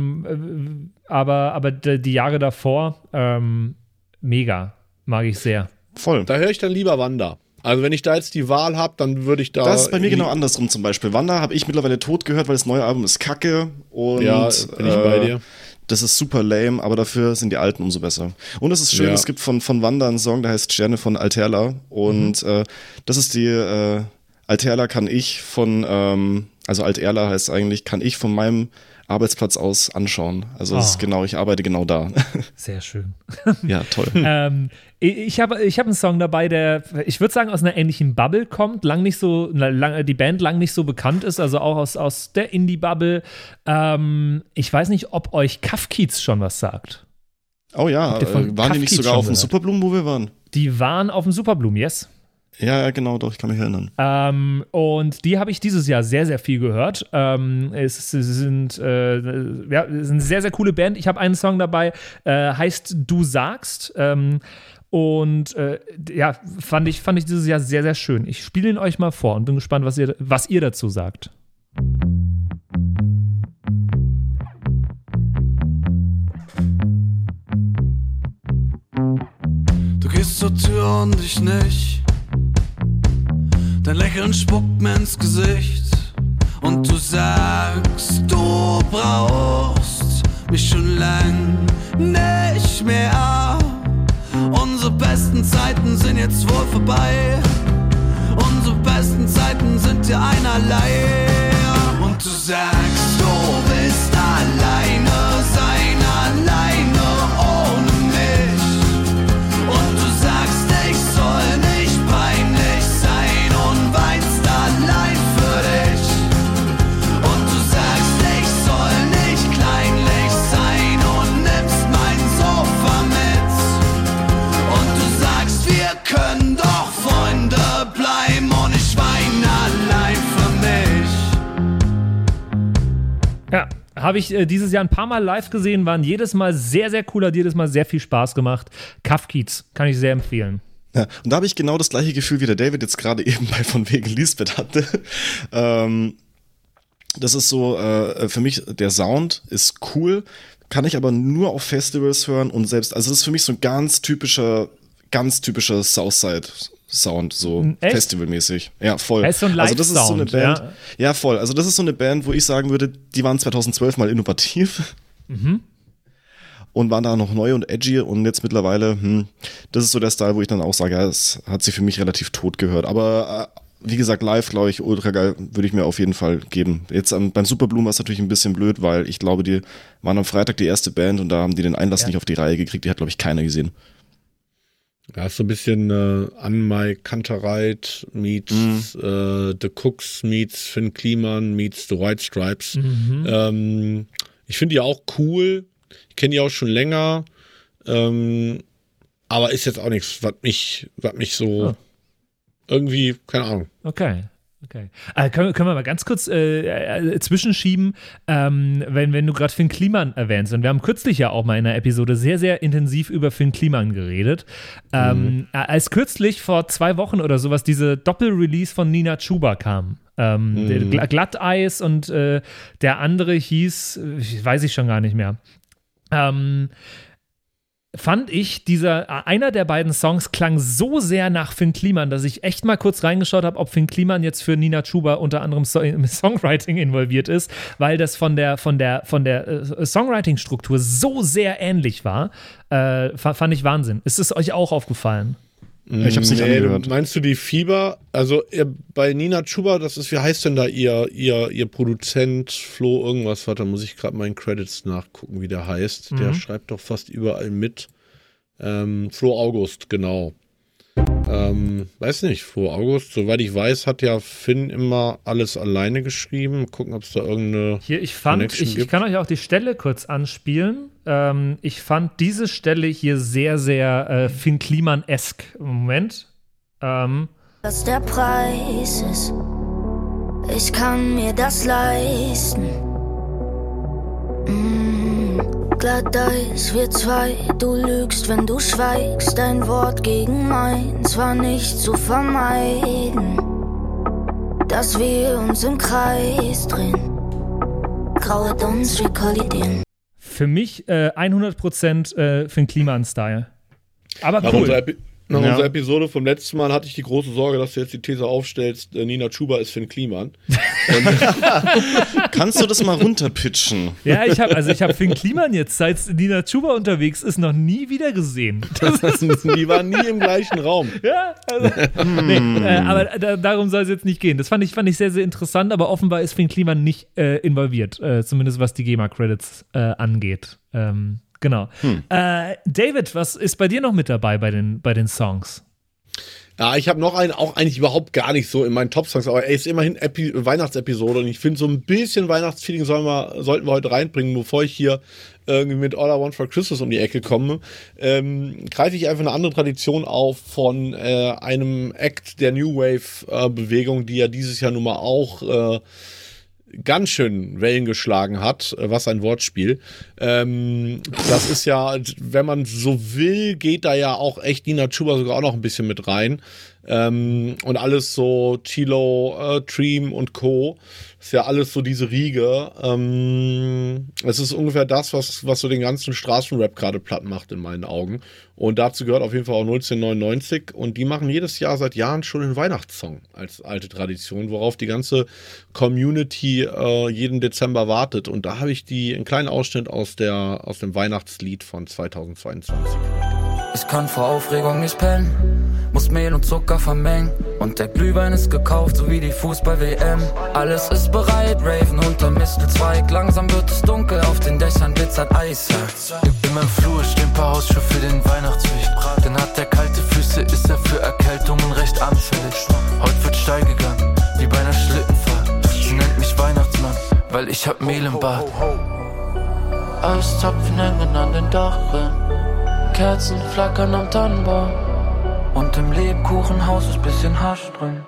S1: ähm, äh, aber, aber d- die Jahre davor, ähm, mega, mag ich sehr.
S3: Voll.
S2: Da höre ich dann lieber Wanda. Also wenn ich da jetzt die Wahl habe, dann würde ich da...
S3: Das ist bei mir genau andersrum zum Beispiel. Wanda habe ich mittlerweile tot gehört, weil das neue Album ist kacke und
S2: Ja, bin ich bei dir.
S3: Das ist super lame, aber dafür sind die alten umso besser. Und es ist schön,
S2: Ja.
S3: es gibt von, von Wanda einen Song, der heißt Sterne von Alterla und
S2: Mhm.
S3: äh, das ist die äh, Alterla kann ich von, ähm, also Alterla heißt eigentlich, kann ich von meinem Arbeitsplatz aus anschauen. Also das
S1: Oh.
S3: ist genau, ich arbeite genau da.
S1: Sehr schön.
S3: Ja, toll.
S1: ähm, ich habe ich hab einen Song dabei, der, ich würde sagen, aus einer ähnlichen Bubble kommt, lang nicht so, lang, die Band lang nicht so bekannt ist, also auch aus, aus der Indie-Bubble. Ähm, ich weiß nicht, ob euch Kafkiez schon was sagt.
S3: Oh ja,
S1: Habt ihr von
S3: äh, waren die nicht
S1: Kafkiez
S3: sogar
S1: schon
S3: auf dem
S1: gehört?
S3: Superblumen, wo wir waren?
S1: Die waren auf dem Superblumen, yes.
S3: Ja, ja, genau, doch, ich kann mich erinnern.
S1: Ähm, und die habe ich dieses Jahr sehr, sehr viel gehört. Ähm, es sind, äh, ja, es ist eine sehr, sehr coole Band. Ich habe einen Song dabei, äh, heißt Du sagst. Ähm, und äh, ja, fand ich, fand ich dieses Jahr sehr, sehr schön. Ich spiele ihn euch mal vor und bin gespannt, was ihr, was ihr dazu sagt.
S5: Du gehst zur Tür und ich nicht. Dein Lächeln spuckt mir ins Gesicht. Und du sagst, du brauchst mich schon lang nicht mehr. Unsere besten Zeiten sind jetzt wohl vorbei. Unsere besten Zeiten sind dir einerlei. Und du sagst, du willst alleine sein, alleine ohne mich. Und du sagst, ich soll nicht peinlich sein und weinst allein für dich. Und du sagst, ich soll nicht kleinlich sein und nimmst mein Sofa mit. Und du sagst, wir können doch Freunde bleiben und ich weine allein für mich.
S1: Ja, habe ich äh, dieses Jahr ein paar Mal live gesehen, waren jedes Mal sehr, sehr cool, hat jedes Mal sehr viel Spaß gemacht. Kafkiez, kann ich sehr empfehlen.
S3: Ja, und da habe ich genau das gleiche Gefühl, wie der David jetzt gerade eben bei von wegen Lisbeth hatte. ähm, das ist so, äh, für mich, der Sound ist cool, kann ich aber nur auf Festivals hören und selbst, also das ist für mich so ein ganz typischer, ganz typischer Southside-Sound, so
S1: Echt?
S3: festivalmäßig. Ja, voll.
S1: Er ist so ein
S3: also das ist so eine
S1: Live-Sound,
S3: Band. Ja. ja, voll. Also das ist so eine Band, wo ich sagen würde, die waren zweitausendzwölf mal innovativ.
S1: Mhm.
S3: Und waren da noch neu und edgy und jetzt mittlerweile, hm, das ist so der Style, wo ich dann auch sage, ja, es hat sich für mich relativ tot gehört. Aber äh, wie gesagt, live, glaube ich, ultra geil, würde ich mir auf jeden Fall geben. Jetzt ähm, beim Superblumen war es natürlich ein bisschen blöd, weil ich glaube, die waren am Freitag die erste Band und da haben die den Einlass
S1: Ja.
S3: nicht auf die Reihe gekriegt. Die hat, glaube ich, keiner gesehen.
S2: Ja, ist so ein bisschen äh, Anmai Kantereit meets
S3: Mhm.
S2: äh, The Cooks meets Finn Kliman meets The White Stripes.
S1: Mhm.
S2: Ähm, ich finde die auch cool. Ich kenne die auch schon länger. Ähm, aber ist jetzt auch nichts, was mich, was mich so
S1: Ah.
S2: irgendwie, keine Ahnung.
S1: Okay. Okay. Äh, können, können wir mal ganz kurz äh, äh, zwischenschieben, ähm, wenn, wenn du gerade Finn Kliman erwähnst. Und wir haben kürzlich ja auch mal in einer Episode sehr, sehr intensiv über Finn Kliman geredet. Ähm, äh, als kürzlich vor zwei Wochen oder sowas diese Doppel-Release von Nina Chuba kam, Ähm,
S2: Mhm.
S1: Gl- Glatteis und äh, der andere hieß, äh, weiß ich schon gar nicht mehr. Ähm, fand ich, dieser, einer der beiden Songs klang so sehr nach Finn Kliman, dass ich echt mal kurz reingeschaut habe, ob Finn Kliman jetzt für Nina Chuba unter anderem so im Songwriting involviert ist, weil das von der, von der, von der äh, Songwriting-Struktur so sehr ähnlich war. Äh, fand ich Wahnsinn. Ist es euch auch aufgefallen?
S3: Ich hab's nicht
S2: Nee,
S3: angehört.
S2: meinst du die Fieber? Also ihr, bei Nina Chuba, das ist, wie heißt denn da ihr, ihr, ihr Produzent, Flo irgendwas, warte, muss ich gerade meinen Credits nachgucken, wie der heißt. Der
S1: Mhm.
S2: schreibt doch fast überall mit. Ähm, Flo August, genau. Ähm, weiß nicht, Flo August, soweit ich weiß, hat ja Finn immer alles alleine geschrieben. Gucken, ob es da irgendeine
S1: Hier, ich fand,
S2: Connection
S1: ich, ich
S2: gibt.
S1: kann euch auch die Stelle kurz anspielen. Ähm, ich fand diese Stelle hier sehr, sehr äh, Finn Kliman-esk. Moment. Ähm,
S6: Was der Preis ist, ich kann mir das leisten. Mm, Glatteis, wir zwei, du lügst, wenn du schweigst. Dein Wort gegen meins war nicht zu vermeiden. Dass wir uns im Kreis drehen, grauert uns, wir kollidieren.
S1: für mich äh, hundert Prozent äh, Finn Kliman-Style. Aber
S2: Nach,
S1: cool.
S2: unserer, Epi nach
S3: Ja.
S2: unserer Episode vom letzten Mal hatte ich die große Sorge, dass du jetzt die These aufstellst, äh, Nina Chuba ist Finn Kliman.
S3: Kannst du das mal runterpitchen?
S1: Ja, ich habe also ich habe Finn Kliman jetzt, seit Nina Chuba unterwegs ist, noch nie wieder gesehen.
S2: Die waren nie im gleichen Raum.
S1: Ja, also, nee, äh, aber da, darum soll es jetzt nicht gehen. Das fand ich, fand ich sehr, sehr interessant, aber offenbar ist Finn Kliman nicht äh, involviert, äh, zumindest was die GEMA-Credits äh, angeht. Ähm, genau.
S3: Hm.
S1: Äh, David, was ist bei dir noch mit dabei bei den, bei den Songs?
S2: Ja, ich habe noch einen, auch eigentlich überhaupt gar nicht so in meinen Top-Songs, aber er ist immerhin Epi Weihnachtsepisode und ich finde, so ein bisschen Weihnachtsfeeling sollen wir, sollten wir heute reinbringen, bevor ich hier irgendwie mit All I Want for Christmas um die Ecke komme. Ähm, greife ich einfach eine andere Tradition auf von äh, einem Act der New Wave-Bewegung, die ja dieses Jahr nun mal auch äh, ganz schön Wellen geschlagen hat. Was ein Wortspiel. Ähm, das ist ja, wenn man so will, geht da ja auch echt Nina Chuba sogar auch noch ein bisschen mit rein. Ähm, und alles so Chilo, äh, Dream und Co. Ist ja alles so diese Riege. Ähm, es ist ungefähr das, was, was so den ganzen Straßenrap gerade platt macht in meinen Augen. Und dazu gehört auf jeden Fall auch neunzehnhundertneunundneunzig. Und die machen jedes Jahr seit Jahren schon einen Weihnachtssong als alte Tradition, worauf die ganze Community äh, jeden Dezember wartet. Und da habe ich die einen kleinen Ausschnitt aus, der, aus dem Weihnachtslied von zweitausendzweiundzwanzig.
S5: Ich kann vor Aufregung nicht pennen, muss Mehl und Zucker vermengen. Und der Glühwein ist gekauft, so wie die Fußball-W M. Alles ist bereit, Raven unterm Mistelzweig. Langsam wird es dunkel, auf den Dächern glitzert Eis. In meinem Flur stehen ein paar Hausschuhe für den Weihnachtswicht. Denn hat der kalte Füße, ist er für Erkältungen recht anfällig. Heute wird steil gegangen, wie bei einer Schlittenfahrt. Sie nennt mich Weihnachtsmann, weil ich hab Mehl im Bad. Eiszapfen hängen an den Dachrinnen, Kerzen flackern am Tannenbaum. Und im Lebkuchenhaus ist bisschen Hasch drin.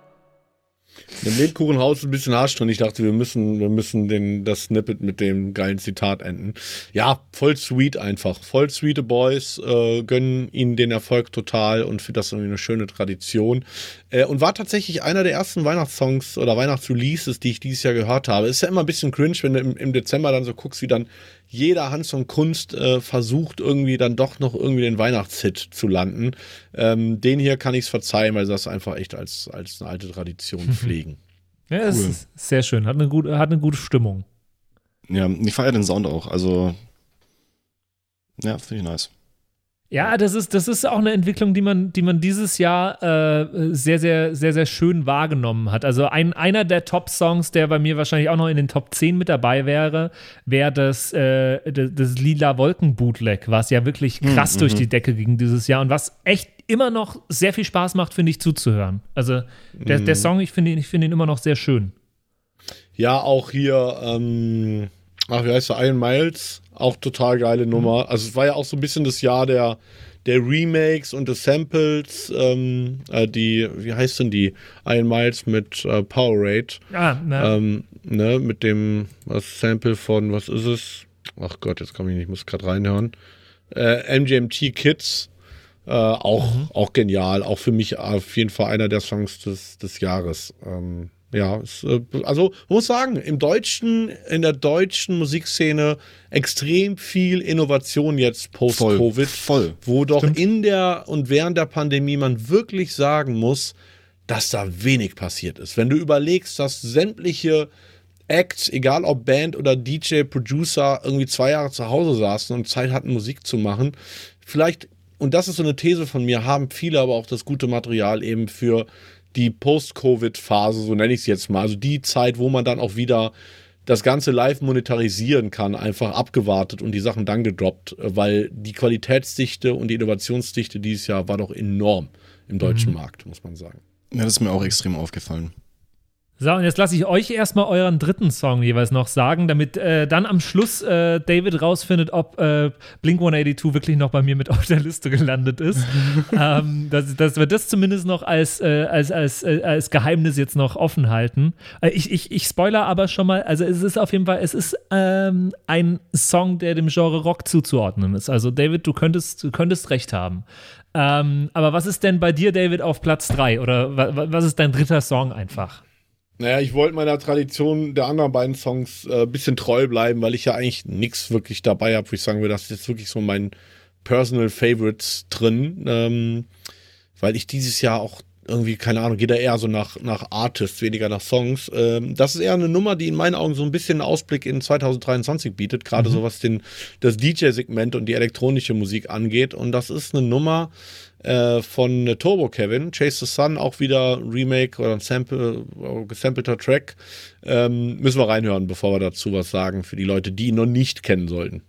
S2: Im Lebkuchenhaus ist ein bisschen Arsch drin. Ich dachte, wir müssen, wir müssen den, das Snippet mit dem geilen Zitat enden. Ja, voll sweet einfach. Voll sweete Boys, äh, gönnen ihnen den Erfolg total und finde das irgendwie eine schöne Tradition. Äh, und war tatsächlich einer der ersten Weihnachtssongs oder Weihnachtsreleases, die ich dieses Jahr gehört habe. Ist ja immer ein bisschen cringe, wenn du im, im Dezember dann so guckst, wie dann jeder Hans und Kunst äh, versucht, irgendwie dann doch noch irgendwie den Weihnachtshit zu landen. Ähm, den hier kann ich es verzeihen, weil sie das einfach echt als, als eine alte Tradition pflegen.
S1: Ja, es
S3: Cool.
S1: ist sehr schön. Hat eine gute, hat eine gute Stimmung.
S3: Ja, ich feiere den Sound auch. Also, ja, finde ich nice.
S1: Ja, das ist, das ist auch eine Entwicklung, die man, die man dieses Jahr äh, sehr, sehr, sehr, sehr schön wahrgenommen hat. Also ein, einer der Top-Songs, der bei mir wahrscheinlich auch noch in den Top zehn mit dabei wäre, wäre das, äh, das, das Lila Wolken-Bootleg, was ja wirklich krass
S3: Mhm.
S1: durch die Decke ging dieses Jahr und was echt immer noch sehr viel Spaß macht, finde ich, zuzuhören. Also der, der Song, ich finde ihn, ich finde ihn immer noch sehr schön.
S2: Ja, auch hier, ähm, ach, wie heißt der, Iron Miles, auch total geile Nummer. Also es war ja auch so ein bisschen das Jahr der, der Remakes und des Samples, ähm, äh, die, wie heißt denn die, Iron Miles mit äh, Powerade,
S1: Ah, na,
S2: ähm, ne, mit dem was Sample von, was ist es? Ach Gott, jetzt komme ich nicht, ich muss gerade reinhören. Äh, M G M T Kids, äh, auch, auch genial, auch für mich auf jeden Fall einer der Songs des, des Jahres. Ähm, Ja, es, also muss sagen, im deutschen, in der deutschen Musikszene extrem viel Innovation jetzt post-Covid,
S3: voll, voll.
S2: wo doch
S1: Stimmt.
S2: in der und während der Pandemie man wirklich sagen muss, dass da wenig passiert ist. Wenn du überlegst, dass sämtliche Acts, egal ob Band oder D J, Producer, irgendwie zwei Jahre zu Hause saßen und Zeit hatten, Musik zu machen, vielleicht, und das ist so eine These von mir, haben viele aber auch das gute Material eben für die Post-Covid-Phase, so nenne ich es jetzt mal, also die Zeit, wo man dann auch wieder das Ganze live monetarisieren kann, einfach abgewartet und die Sachen dann gedroppt, weil die Qualitätsdichte und die Innovationsdichte dieses Jahr war doch enorm im deutschen mhm. Markt, muss man sagen.
S3: Ja, das ist mir auch extrem aufgefallen.
S1: So, und jetzt lasse ich euch erstmal euren dritten Song jeweils noch sagen, damit äh, dann am Schluss äh, David rausfindet, ob äh, Blink hundertzweiundachtzig wirklich noch bei mir mit auf der Liste gelandet ist. ähm, dass, dass wir das zumindest noch als, äh, als, als, äh, als Geheimnis jetzt noch offen halten. Äh, ich, ich, ich spoiler aber schon mal, also es ist auf jeden Fall, es ist ähm, ein Song, der dem Genre Rock zuzuordnen ist. Also David, du könntest, du könntest recht haben. Ähm, aber was ist denn bei dir, David, auf Platz drei? Oder wa- was ist dein dritter Song einfach?
S2: Naja, ich wollte meiner Tradition der anderen beiden Songs ein äh, bisschen treu bleiben, weil ich ja eigentlich nichts wirklich dabei habe, wo ich sagen würde, das ist jetzt wirklich so mein Personal Favorites drin, ähm, weil ich dieses Jahr auch irgendwie, keine Ahnung, geht da eher so nach, nach Artists, weniger nach Songs. Ähm, das ist eher eine Nummer, die in meinen Augen so ein bisschen einen Ausblick in zwanzig dreiundzwanzig bietet, gerade mhm. so was den, das D J-Segment und die elektronische Musik angeht. Und das ist eine Nummer äh, von Turbo Kevin, Chase the Sun, auch wieder Remake oder ein Sample, äh, gesampelter Track. Ähm, müssen wir reinhören, bevor wir dazu was sagen, für die Leute, die ihn noch nicht kennen sollten.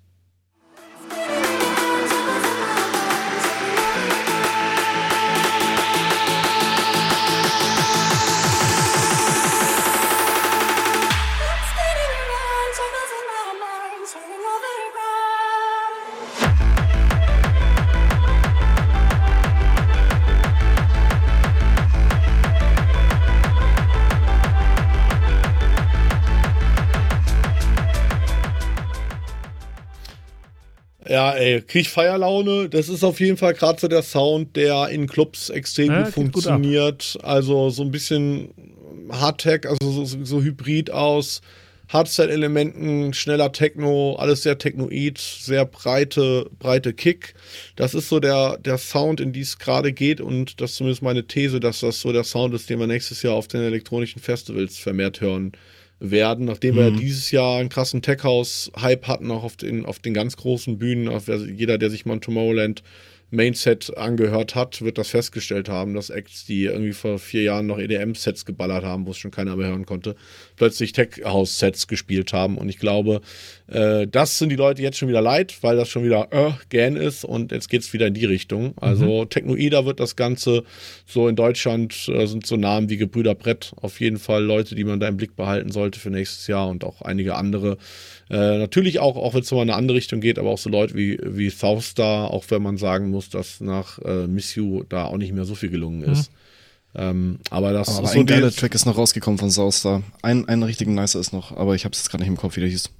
S2: Ja, ey, krieg Feierlaune. Das ist auf jeden Fall gerade so der Sound, der in Clubs extrem
S1: ja,
S2: gut funktioniert. Gut also so ein bisschen Hardtech, also so, so Hybrid aus Hardstyle-Elementen, schneller Techno, alles sehr technoid, sehr breite, breite Kick. Das ist so der, der Sound, in die es gerade geht, und das ist zumindest meine These, dass das so der Sound ist, den wir nächstes Jahr auf den elektronischen Festivals vermehrt hören werden, nachdem mhm. wir dieses Jahr einen krassen Tech-House-Hype hatten, auch auf den, auf den ganz großen Bühnen. Auf, also jeder, der sich mal ein Tomorrowland Mainset angehört hat, wird das festgestellt haben, dass Acts, die irgendwie vor vier Jahren noch E D M-Sets geballert haben, wo es schon keiner mehr hören konnte, plötzlich Tech-House-Sets gespielt haben. Und ich glaube, äh, das sind die Leute jetzt schon wieder leid, weil das schon wieder äh, gähn ist, und jetzt geht es wieder in die Richtung. Also mhm. Technoida wird das Ganze. So in Deutschland äh, sind so Namen wie Gebrüder Brett auf jeden Fall Leute, die man da im Blick behalten sollte für nächstes Jahr, und auch einige andere. Äh, natürlich auch, auch wenn es nochmal in eine andere Richtung geht, aber auch so Leute wie, wie Southstar, auch wenn man sagen muss, dass nach äh, Miss You da auch nicht mehr so viel gelungen ist. Mhm. Ähm, aber das
S3: aber
S2: ist
S3: ein
S2: so
S3: geiler Track ist noch rausgekommen von Southstar. Ein, ein richtigen nicer ist noch, aber ich habe es jetzt gerade nicht im Kopf, wie der hieß.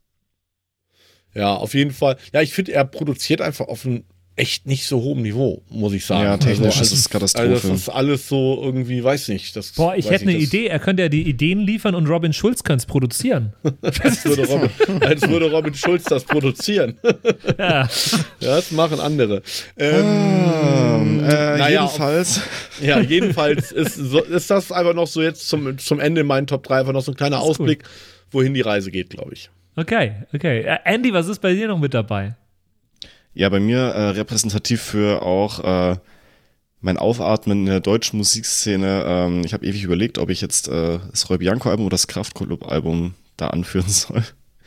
S2: Ja, auf jeden Fall. Ja, ich finde, er produziert einfach auf einem echt nicht so hohem Niveau, muss ich sagen.
S3: Ja, technisch
S2: also,
S3: ist es Katastrophe.
S2: Also das ist alles so irgendwie, weiß nicht. Das,
S1: Boah, ich hätte eine
S2: nicht,
S1: Idee. Er könnte ja die Ideen liefern und Robin Schulz könnte es produzieren.
S2: als, würde Robin, als würde Robin Schulz das produzieren.
S1: Ja.
S2: Ja, das machen andere. Ähm,
S3: ähm, äh,
S2: naja,
S3: jedenfalls.
S2: Auf, ja, jedenfalls ist, so, ist das einfach noch so jetzt zum, zum Ende in meinen Top drei einfach noch so ein kleiner Ausblick, cool. wohin die Reise geht, glaube ich.
S1: Okay, okay. Äh, Andy, was ist bei dir noch mit dabei?
S3: Ja, bei mir äh, repräsentativ für auch äh, mein Aufatmen in der deutschen Musikszene. Ähm, ich habe ewig überlegt, ob ich jetzt äh, das Roy Bianco-Album oder das Kraftklub-Album da anführen soll.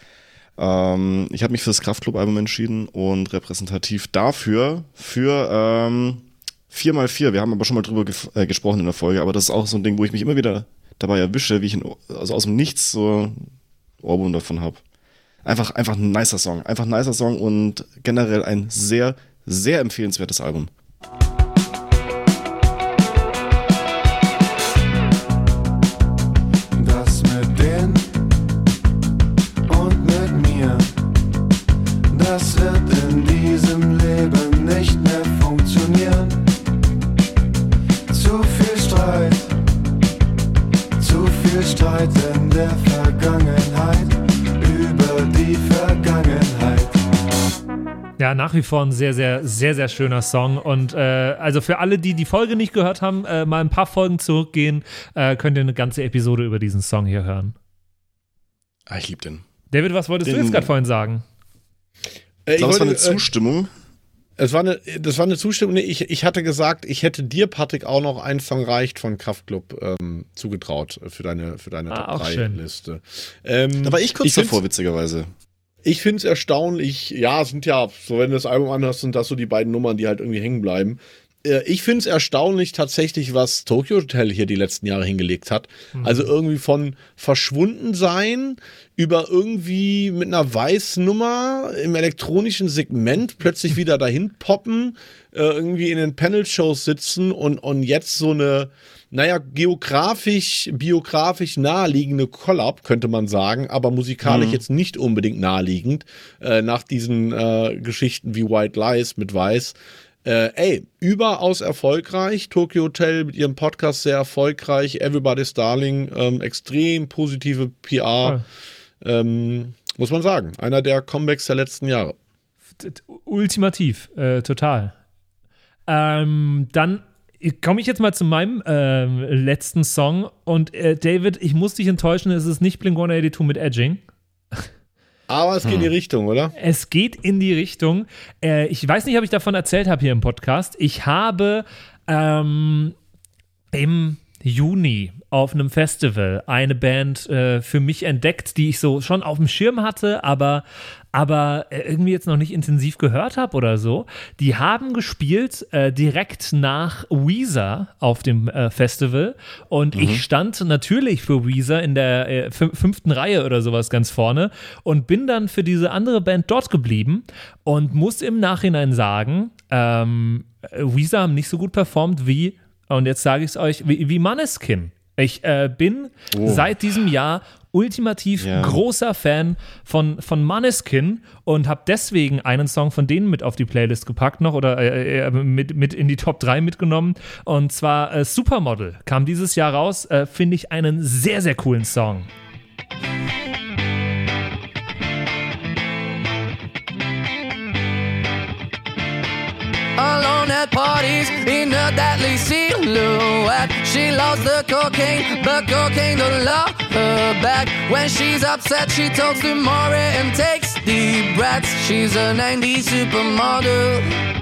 S3: ähm, ich habe mich für das Kraftklub-Album entschieden, und repräsentativ dafür für ähm, vier mal vier. Wir haben aber schon mal drüber gef- äh, gesprochen in der Folge, aber das ist auch so ein Ding, wo ich mich immer wieder dabei erwische, wie ich in, also aus dem Nichts so ein Ohrwurm davon habe. Einfach, einfach ein nicer Song. Einfach ein nicer Song und generell ein sehr, sehr empfehlenswertes Album.
S7: Das mit denen und mit mir, das wird in diesem Leben nicht mehr funktionieren. Zu viel Streit, zu viel
S1: Ja, nach wie vor ein sehr, sehr, sehr, sehr schöner Song. Und äh, also für alle, die die Folge nicht gehört haben, äh, mal ein paar Folgen zurückgehen, äh, könnt ihr eine ganze Episode über diesen Song hier hören.
S3: Ah, ich liebe den.
S1: David, was wolltest
S3: den,
S1: du jetzt gerade vorhin sagen?
S2: Äh,
S3: Ich glaube, es war eine
S2: wollte, äh,
S3: Zustimmung.
S2: Es war eine, das war eine Zustimmung. Nee, ich, ich hatte gesagt, ich hätte dir, Patrick, auch noch einen Song reicht von Kraftklub ähm, zugetraut für deine, für deine
S1: Ah,
S2: Top
S1: auch
S2: drei
S1: schön.
S2: Liste. Ähm,
S3: Da war ich kurz
S2: ich find's-
S3: davor, witzigerweise.
S2: Ich finde es erstaunlich, ja, es sind ja, so wenn du das Album anhörst, sind das so die beiden Nummern, die halt irgendwie hängen bleiben. Äh, Ich finde es erstaunlich tatsächlich, was Tokyo Hotel hier die letzten Jahre hingelegt hat. Also irgendwie von Verschwundensein über irgendwie mit einer Weißnummer im elektronischen Segment plötzlich wieder dahin poppen, äh, irgendwie in den Panel-Shows sitzen und, und jetzt so eine, naja, geografisch, biografisch naheliegende Collab, könnte man sagen, aber musikalisch
S3: Mhm.
S2: jetzt nicht unbedingt naheliegend, äh, nach diesen äh, Geschichten wie White Lies mit Weiß. Äh, ey, überaus erfolgreich. Tokyo Hotel mit ihrem Podcast sehr erfolgreich. Everybody's Darling, ähm, extrem positive P R. Ähm, muss man sagen. Einer der Comebacks der letzten Jahre.
S1: Ultimativ, äh, total. Ähm, dann komme ich jetzt mal zu meinem ähm, letzten Song. Und äh, David, ich muss dich enttäuschen, es ist nicht Blink hundertzweiundachtzig mit Edging.
S2: Aber es geht in die Richtung, oder?
S1: Es geht in die Richtung. Äh, ich weiß nicht, ob ich davon erzählt habe hier im Podcast. Ich habe ähm, im Juni auf einem Festival eine Band äh, für mich entdeckt, die ich so schon auf dem Schirm hatte, aber, aber irgendwie jetzt noch nicht intensiv gehört habe oder so. Die haben gespielt äh, direkt nach Weezer auf dem äh, Festival und mhm. ich stand natürlich für Weezer in der äh, fün- fünften Reihe oder sowas ganz vorne und bin dann für diese andere Band dort geblieben und muss im Nachhinein sagen, ähm, Weezer haben nicht so gut performt wie, und jetzt sage ich es euch, wie, wie Måneskin. Ich äh, bin
S3: Oh.
S1: seit diesem Jahr ultimativ
S3: Ja.
S1: großer Fan von, von Måneskin und habe deswegen einen Song von denen mit auf die Playlist gepackt noch oder äh, äh, mit, mit in die Top drei mitgenommen. Und zwar äh, Supermodel kam dieses Jahr raus. Äh, Finde ich einen sehr, sehr coolen Song.
S5: Alone at parties in a deadly silhouette. She loves the cocaine, but cocaine don't love her back. When she's upset, she talks to Maury and takes deep breaths. She's a nineties supermodel.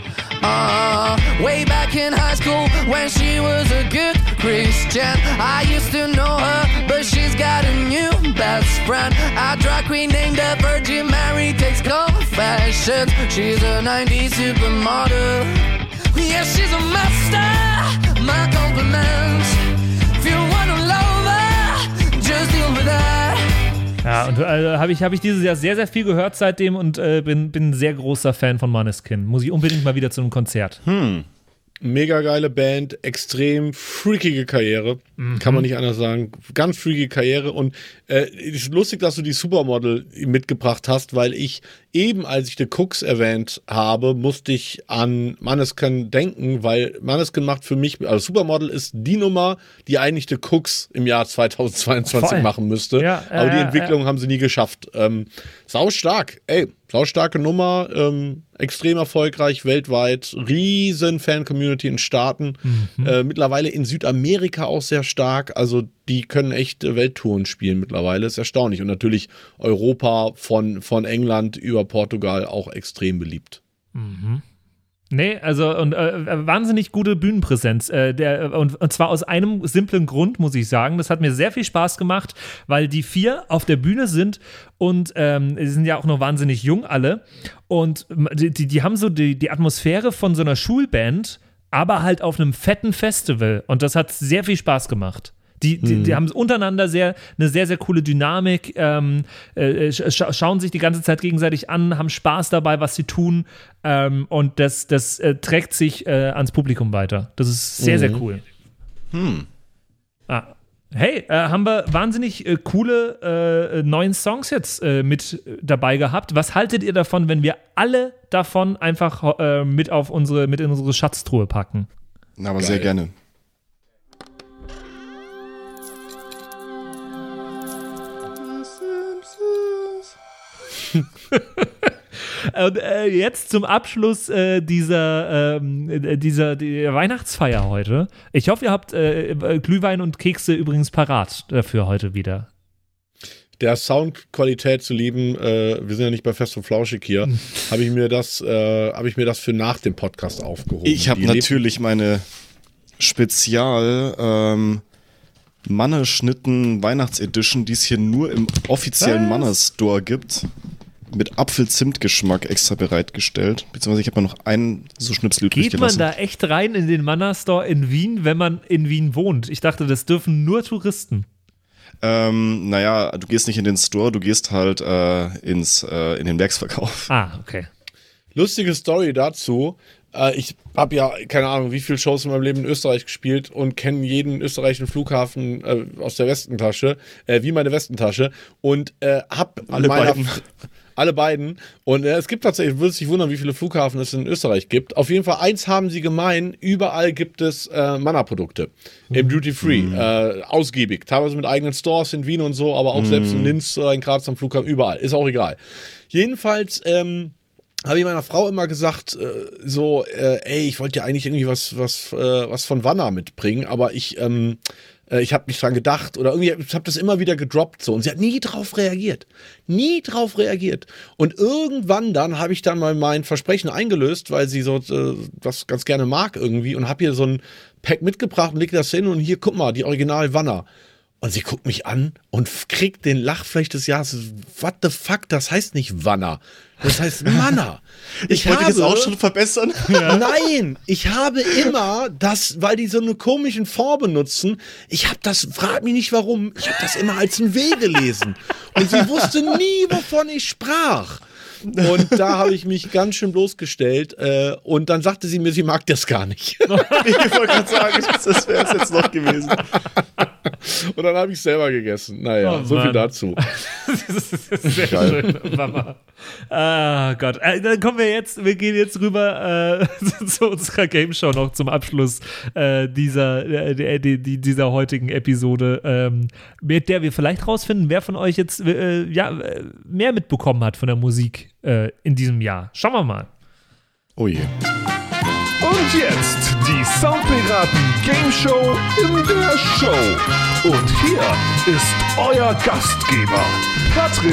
S5: Uh, way back in high school when she was a good Christian, I used to know her, but she's got a new best friend. A drag queen named the Virgin Mary takes confessions. She's a nineties supermodel. Yeah, she's a master. My compliments. If you wanna love her, just deal with that.
S1: Ja, und äh, habe ich, hab ich dieses Jahr sehr, sehr viel gehört seitdem und äh, bin, bin ein sehr großer Fan von Måneskin. Muss ich unbedingt mal wieder zu einem Konzert.
S3: Hm.
S2: Mega geile Band, extrem freakige Karriere, kann man nicht anders sagen. Ganz freakige Karriere und äh, ist lustig, dass du die Supermodel mitgebracht hast, weil ich eben, als ich The Cooks erwähnt habe, musste ich an Måneskin denken, weil Måneskin macht für mich, also Supermodel ist die Nummer, die eigentlich The Cooks im Jahr zweitausendzweiundzwanzig
S1: Voll.
S2: machen müsste,
S1: Ja, äh,
S2: aber die
S1: äh,
S2: Entwicklung haben sie nie geschafft. Ähm, sau stark, ey, sau starke Nummer, ähm, extrem erfolgreich weltweit, riesen Fan-Community in Staaten,
S1: Mhm.
S2: äh, mittlerweile in Südamerika auch sehr stark, also die können echt äh, Welttouren spielen mittlerweile, ist erstaunlich und natürlich Europa von, von England über Portugal auch extrem beliebt.
S1: Nee, also und äh, wahnsinnig gute Bühnenpräsenz. Äh, der, und, und zwar aus einem simplen Grund, muss ich sagen. Das hat mir sehr viel Spaß gemacht, weil die vier auf der Bühne sind und ähm, die sind ja auch noch wahnsinnig jung alle. Und die, die, die haben so die, die Atmosphäre von so einer Schulband, aber halt auf einem fetten Festival. Und das hat sehr viel Spaß gemacht. Die, die, die haben untereinander sehr, eine sehr, sehr coole Dynamik, ähm, äh, scha- schauen sich die ganze Zeit gegenseitig an, haben Spaß dabei, was sie tun ähm, und das, das äh, trägt sich äh, ans Publikum weiter. Das ist sehr, sehr cool.
S3: Hm.
S1: Ah. Hey, äh, haben wir wahnsinnig äh, coole äh, neuen Songs jetzt äh, mit dabei gehabt. Was haltet ihr davon, wenn wir alle davon einfach äh, mit, auf unsere, mit in unsere Schatztruhe packen?
S3: Na, aber
S2: Geil.
S3: sehr gerne.
S1: Und äh, jetzt zum Abschluss äh, dieser, ähm, dieser die Weihnachtsfeier heute. Ich hoffe, ihr habt äh, Glühwein und Kekse übrigens parat dafür heute wieder.
S2: Der Soundqualität zu lieben, äh, wir sind ja nicht bei Fest und Flauschig hier, habe ich mir das, äh, habe ich mir das für nach dem Podcast aufgehoben.
S3: Ich habe natürlich meine Spezial ähm, Mannerschnitten Weihnachtsedition, die es hier nur im offiziellen Manner-Store gibt, mit Apfel-Zimt-Geschmack extra bereitgestellt. Beziehungsweise ich habe mir noch einen so Schnipsel übrig
S1: Geht man
S3: gelassen.
S1: da echt rein in den Manner-Store in Wien, wenn man in Wien wohnt? Ich dachte, das dürfen nur Touristen.
S3: Ähm, naja, du gehst nicht in den Store, du gehst halt äh, ins, äh, in den Werksverkauf.
S1: Ah, okay.
S2: Lustige Story dazu. Äh, ich habe ja, keine Ahnung, wie viele Shows in meinem Leben in Österreich gespielt und kenne jeden österreichischen Flughafen äh, aus der Westentasche, äh, wie meine Westentasche. Und äh, hab
S3: Alle
S2: meiner
S3: beiden.
S2: F- Alle beiden. Und äh, es gibt tatsächlich, würde sich wundern, wie viele Flughafen es in Österreich gibt. Auf jeden Fall, eins haben sie gemein, überall gibt es äh, Manna-Produkte. Im Duty-Free.
S3: Mhm.
S2: Äh, ausgiebig. Teilweise mit eigenen Stores in Wien und so, aber auch
S3: Mhm.
S2: selbst in Linz, äh, in Graz am Flughafen, überall. Ist auch egal. Jedenfalls, ähm, habe ich meiner Frau immer gesagt, äh, so, äh, ey, ich wollte ja eigentlich irgendwie was, was, äh, was von Wanner mitbringen, aber ich, ähm, äh, ich habe nicht dran gedacht oder irgendwie, ich habe das immer wieder gedroppt so und sie hat nie drauf reagiert. Nie drauf reagiert. Und irgendwann dann habe ich dann mal mein Versprechen eingelöst, weil sie so äh, das ganz gerne mag irgendwie und habe hier so ein Pack mitgebracht und leg das hin und hier, guck mal, die Original Wanner. Und sie guckt mich an und kriegt den Lachfleisch des Jahres. What the fuck? Das heißt nicht Wanner. Das heißt Manna.
S3: Ich, wollte das auch schon verbessern.
S2: Nein, ich habe immer das, weil die so eine komischen Form benutzen, ich habe das, frag mich nicht warum, ich habe das immer als ein W gelesen. Und sie wusste nie, wovon ich sprach. Und da habe ich mich ganz schön bloßgestellt. Äh, und dann sagte sie mir, sie mag das gar nicht.
S3: Ich wollte gerade sagen, das wäre es jetzt noch gewesen.
S2: Und dann habe ich selber gegessen. Naja,
S1: Oh,
S2: so viel
S1: Mann.
S2: dazu.
S1: Das ist sehr schön, Mama. Ah Gott. Äh, dann kommen wir jetzt, wir gehen jetzt rüber äh, zu unserer Game Show noch zum Abschluss äh, dieser, äh, die, die, dieser heutigen Episode, ähm, mit der wir vielleicht rausfinden, wer von euch jetzt äh, ja, äh, mehr mitbekommen hat von der Musik äh, in diesem Jahr. Schauen wir mal.
S3: Oh je.
S8: Und jetzt die Soundpiraten Game Show in der Show. Und hier ist euer Gastgeber, Patrick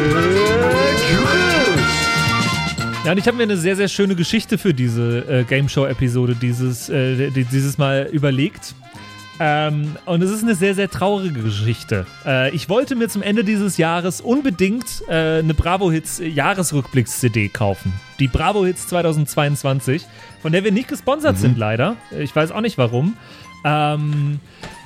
S8: Chris.
S1: Ja, und ich habe mir eine sehr, sehr schöne Geschichte für diese äh, Game Show-Episode dieses, äh, die, dieses Mal überlegt. Ähm, und es ist eine sehr, sehr traurige Geschichte. Äh, ich wollte mir zum Ende dieses Jahres unbedingt äh, eine Bravo-Hits-Jahresrückblicks-C D kaufen. Die Bravo-Hits zweitausendzweiundzwanzig, von der wir nicht gesponsert mhm. sind, leider. Ich weiß auch nicht warum. Ähm,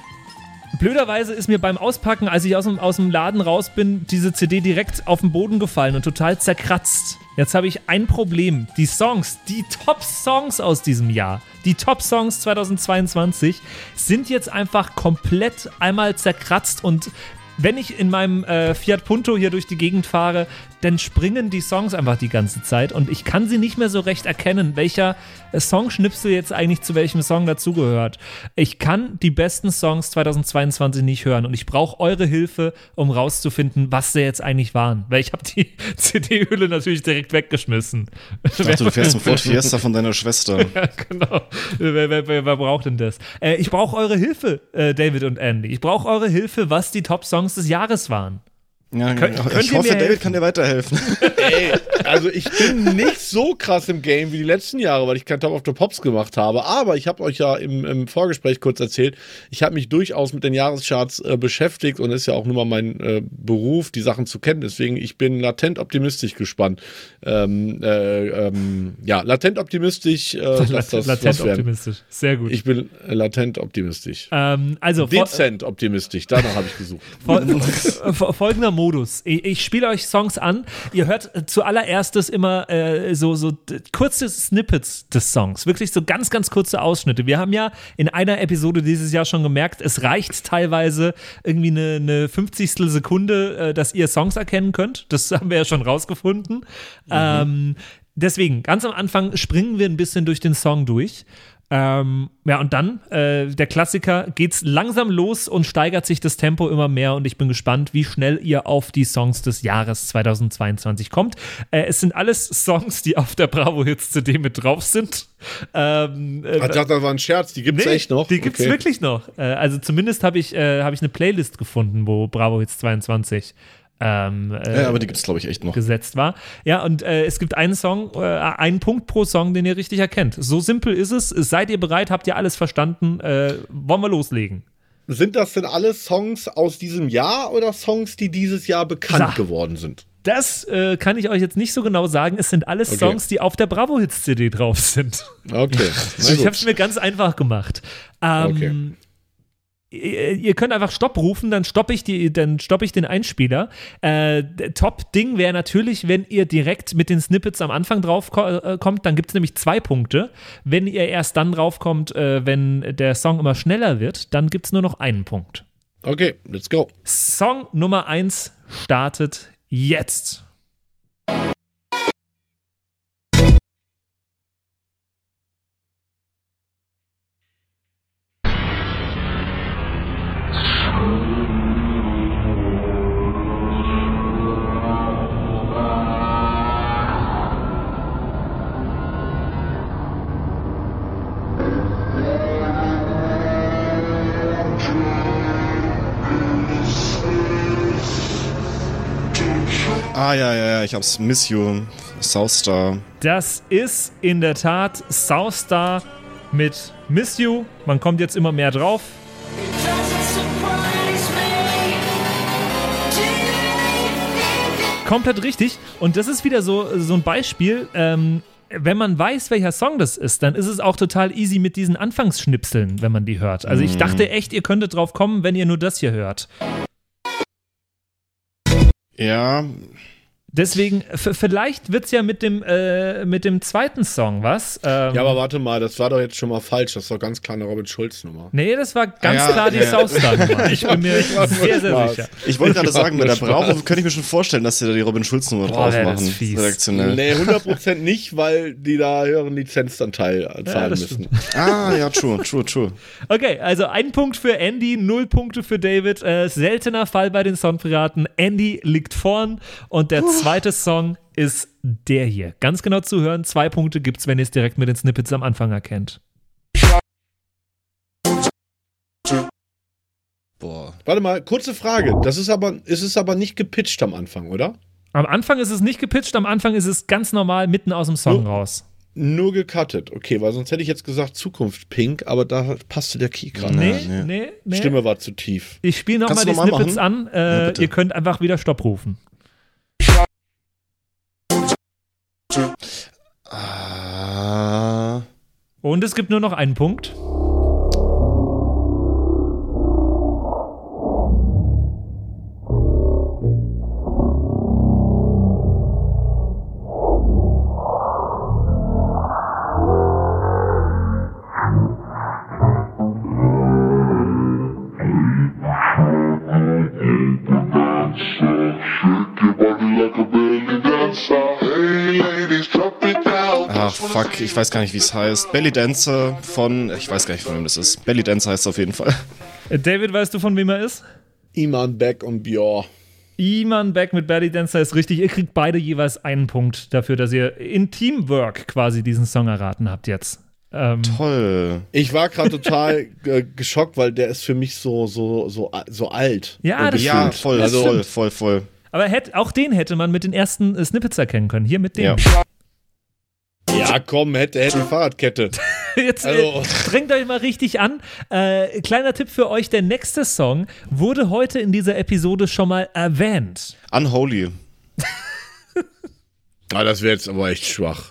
S1: blöderweise ist mir beim Auspacken, als ich aus dem, aus dem Laden raus bin, diese C D direkt auf den Boden gefallen und total zerkratzt. Jetzt habe ich ein Problem. Die Songs, die Top-Songs aus diesem Jahr, die Top-Songs zweitausendzweiundzwanzig sind jetzt einfach komplett einmal zerkratzt und wenn ich in meinem äh, Fiat Punto hier durch die Gegend fahre, dann springen die Songs einfach die ganze Zeit und ich kann sie nicht mehr so recht erkennen, welcher äh, Songschnipsel jetzt eigentlich zu welchem Song dazugehört. Ich kann die besten Songs zweitausendzweiundzwanzig nicht hören und ich brauche eure Hilfe, um rauszufinden, was sie jetzt eigentlich waren, weil ich habe die C D-Hülle natürlich direkt weggeschmissen.
S3: Ich dachte, du fährst zum Ford Fiesta von deiner Schwester.
S1: Ja, genau. Wer, wer, wer, wer braucht denn das? Äh, ich brauche eure Hilfe, äh, David und Andy. Ich brauche eure Hilfe, was die Top-Songs des Jahres waren.
S3: Ja,
S1: Könnt-
S3: ich
S1: könnt ihr
S3: hoffe,
S1: mir
S3: David
S1: helfen?
S3: kann dir weiterhelfen.
S2: Ey, also ich bin nicht so krass im Game wie die letzten Jahre, weil ich kein Top of the Pops gemacht habe. Aber ich habe euch ja im, im Vorgespräch kurz erzählt, ich habe mich durchaus mit den Jahrescharts äh, beschäftigt und ist ja auch nun mal mein äh, Beruf, die Sachen zu kennen. Deswegen, ich bin latent optimistisch gespannt. Ähm, äh, ähm, ja, latent optimistisch. Äh, dass das
S1: Latent
S2: was werden.
S1: optimistisch. Sehr gut.
S2: Ich bin äh, latent optimistisch.
S1: ähm, also vor,
S2: Dezent optimistisch, danach habe ich gesucht.
S1: fol- fol- folgender Modus. Ich, ich spiele euch Songs an. Ihr hört äh, zuallererstes immer äh, so, so d- kurze Snippets des Songs. Wirklich so ganz, ganz kurze Ausschnitte. Wir haben ja in einer Episode dieses Jahr schon gemerkt, es reicht teilweise irgendwie eine, eine fünfzigstel Sekunde, äh, dass ihr Songs erkennen könnt. Das haben wir ja schon rausgefunden. Mhm. Ähm, deswegen, ganz am Anfang springen wir ein bisschen durch den Song durch. Ähm, ja, und dann, äh, der Klassiker, geht's langsam los und steigert sich das Tempo immer mehr und ich bin gespannt, wie schnell ihr auf die Songs des Jahres zweitausendzweiundzwanzig kommt. Äh, es sind alles Songs, die auf der Bravo-Hits-C D mit drauf sind. Ähm, äh,
S2: ich dachte, das war ein Scherz, die gibt's
S1: nee,
S2: echt noch?
S1: Die gibt's
S2: Okay.
S1: wirklich noch. Äh, also zumindest habe ich, äh, hab ich eine Playlist gefunden, wo Bravo-Hits zweiundzwanzig Ähm, äh,
S3: Ja, aber die gibt's, glaube ich, echt noch.
S1: gesetzt war. Ja, und äh, es gibt einen Song, äh, einen Punkt pro Song, den ihr richtig erkennt. So simpel ist es. Seid ihr bereit? Habt ihr alles verstanden? Äh, wollen wir loslegen?
S2: Sind das denn alle Songs aus diesem Jahr oder Songs, die dieses Jahr bekannt
S1: So.
S2: geworden sind?
S1: Das äh, kann ich euch jetzt nicht so genau sagen. Es sind alles
S2: Okay.
S1: Songs, die auf der Bravo-Hits-C D drauf sind.
S2: Okay.
S1: Also ich habe es mir ganz einfach gemacht. Ähm,
S2: Okay.
S1: Ihr ihr könnt einfach Stopp rufen, dann stoppe ich, die, dann stopp ich den Einspieler. Äh, Top-Ding wäre natürlich, wenn ihr direkt mit den Snippets am Anfang drauf ko äh, kommt, dann gibt es nämlich zwei Punkte. Wenn ihr erst dann drauf kommt, äh, wenn der Song immer schneller wird, dann gibt es nur noch einen Punkt.
S2: Okay, let's go.
S1: Song Nummer eins startet jetzt.
S3: Ah, ja, ja, ja, ich hab's. Miss You, Southstar.
S1: Das ist in der Tat Southstar mit Miss You. Man kommt jetzt immer mehr drauf. Komplett richtig. Und das ist wieder so, so ein Beispiel. Ähm, wenn man weiß, welcher Song das ist, dann ist es auch total easy mit diesen Anfangsschnipseln, wenn man die hört. Also ich dachte echt, ihr könntet drauf kommen, wenn ihr nur das hier hört.
S3: Ja,
S1: Deswegen, f- vielleicht wird's ja mit dem, äh, mit dem zweiten Song was. Ähm,
S2: Ja, aber warte mal, das war doch jetzt schon mal falsch. Das war ganz klar eine Robin Schulz-Nummer.
S1: Nee, das war ganz
S3: Ja,
S1: klar die
S3: ja.
S1: Southstar-Nummer. Ich bin mir sehr, sehr
S2: Spaß.
S1: sicher.
S3: ich wollte gerade
S2: Ich mach
S3: sagen, bei
S2: nur
S3: der Bravo könnte ich mir schon vorstellen, dass sie da die Robin Schulz-Nummer drauf
S1: wär das
S3: machen.
S1: fies.
S3: Redaktionell.
S2: Nee, hundert Prozent nicht, weil die da höheren Lizenzanteil
S1: Ja,
S2: zahlen
S1: das
S2: müssen.
S3: Ah, ja, true, true, true.
S1: Okay, also ein Punkt für Andy, null Punkte für David. Äh, seltener Fall bei den Songpiraten. Andy liegt vorn und der zweite Song ist der hier. Ganz genau zuhören. Zwei Punkte gibt's, wenn ihr es direkt mit den Snippets am Anfang erkennt.
S3: Boah.
S2: Warte mal, kurze Frage. Das ist aber, ist es aber nicht gepitcht am Anfang, oder?
S1: Am Anfang ist es nicht gepitcht, am Anfang ist es ganz normal mitten aus dem Song
S2: Oh.
S1: raus.
S2: Nur gecuttet. Okay, weil sonst hätte ich jetzt gesagt Zukunft Pink, aber da passte der Key gerade.
S1: Nee,
S3: nee.
S1: nee, nee.
S2: Stimme war zu tief.
S1: Ich spiele nochmal
S3: Kannst
S1: die
S3: du noch mal
S1: Snippets
S3: machen?
S1: an. Äh,
S3: Ja, bitte.
S1: ihr könnt einfach wieder Stopp rufen.
S3: Ah.
S1: Und es gibt nur noch einen Punkt.
S3: Ach, fuck, ich weiß gar nicht, wie es heißt. Belly Dancer von, ich weiß gar nicht, von wem das ist. Belly Dancer heißt es auf jeden Fall.
S1: Äh, David, weißt du, von wem er ist?
S2: Iman Beck und Björn.
S1: Iman Beck mit Belly Dancer ist richtig. Ihr kriegt beide jeweils einen Punkt dafür, dass ihr in Teamwork quasi diesen Song erraten habt jetzt. Ähm,
S3: Toll.
S2: Ich war gerade total äh, geschockt, weil der ist für mich so, so, so, so alt.
S1: Ja,
S2: äh,
S1: das
S3: Ja,
S2: gefühlt.
S3: voll,
S2: Also,
S3: voll, voll, voll.
S1: aber hätt, auch den hätte man mit den ersten äh, Snippets erkennen können. Hier mit dem.
S3: Ja.
S2: ja, komm, hätte, hätte Fahrradkette.
S1: Jetzt äh,
S2: Also-
S1: strengt euch mal richtig an. Äh, kleiner Tipp für euch: Der nächste Song wurde heute in dieser Episode schon mal erwähnt.
S3: Unholy.
S2: Ah, das wäre jetzt aber echt schwach.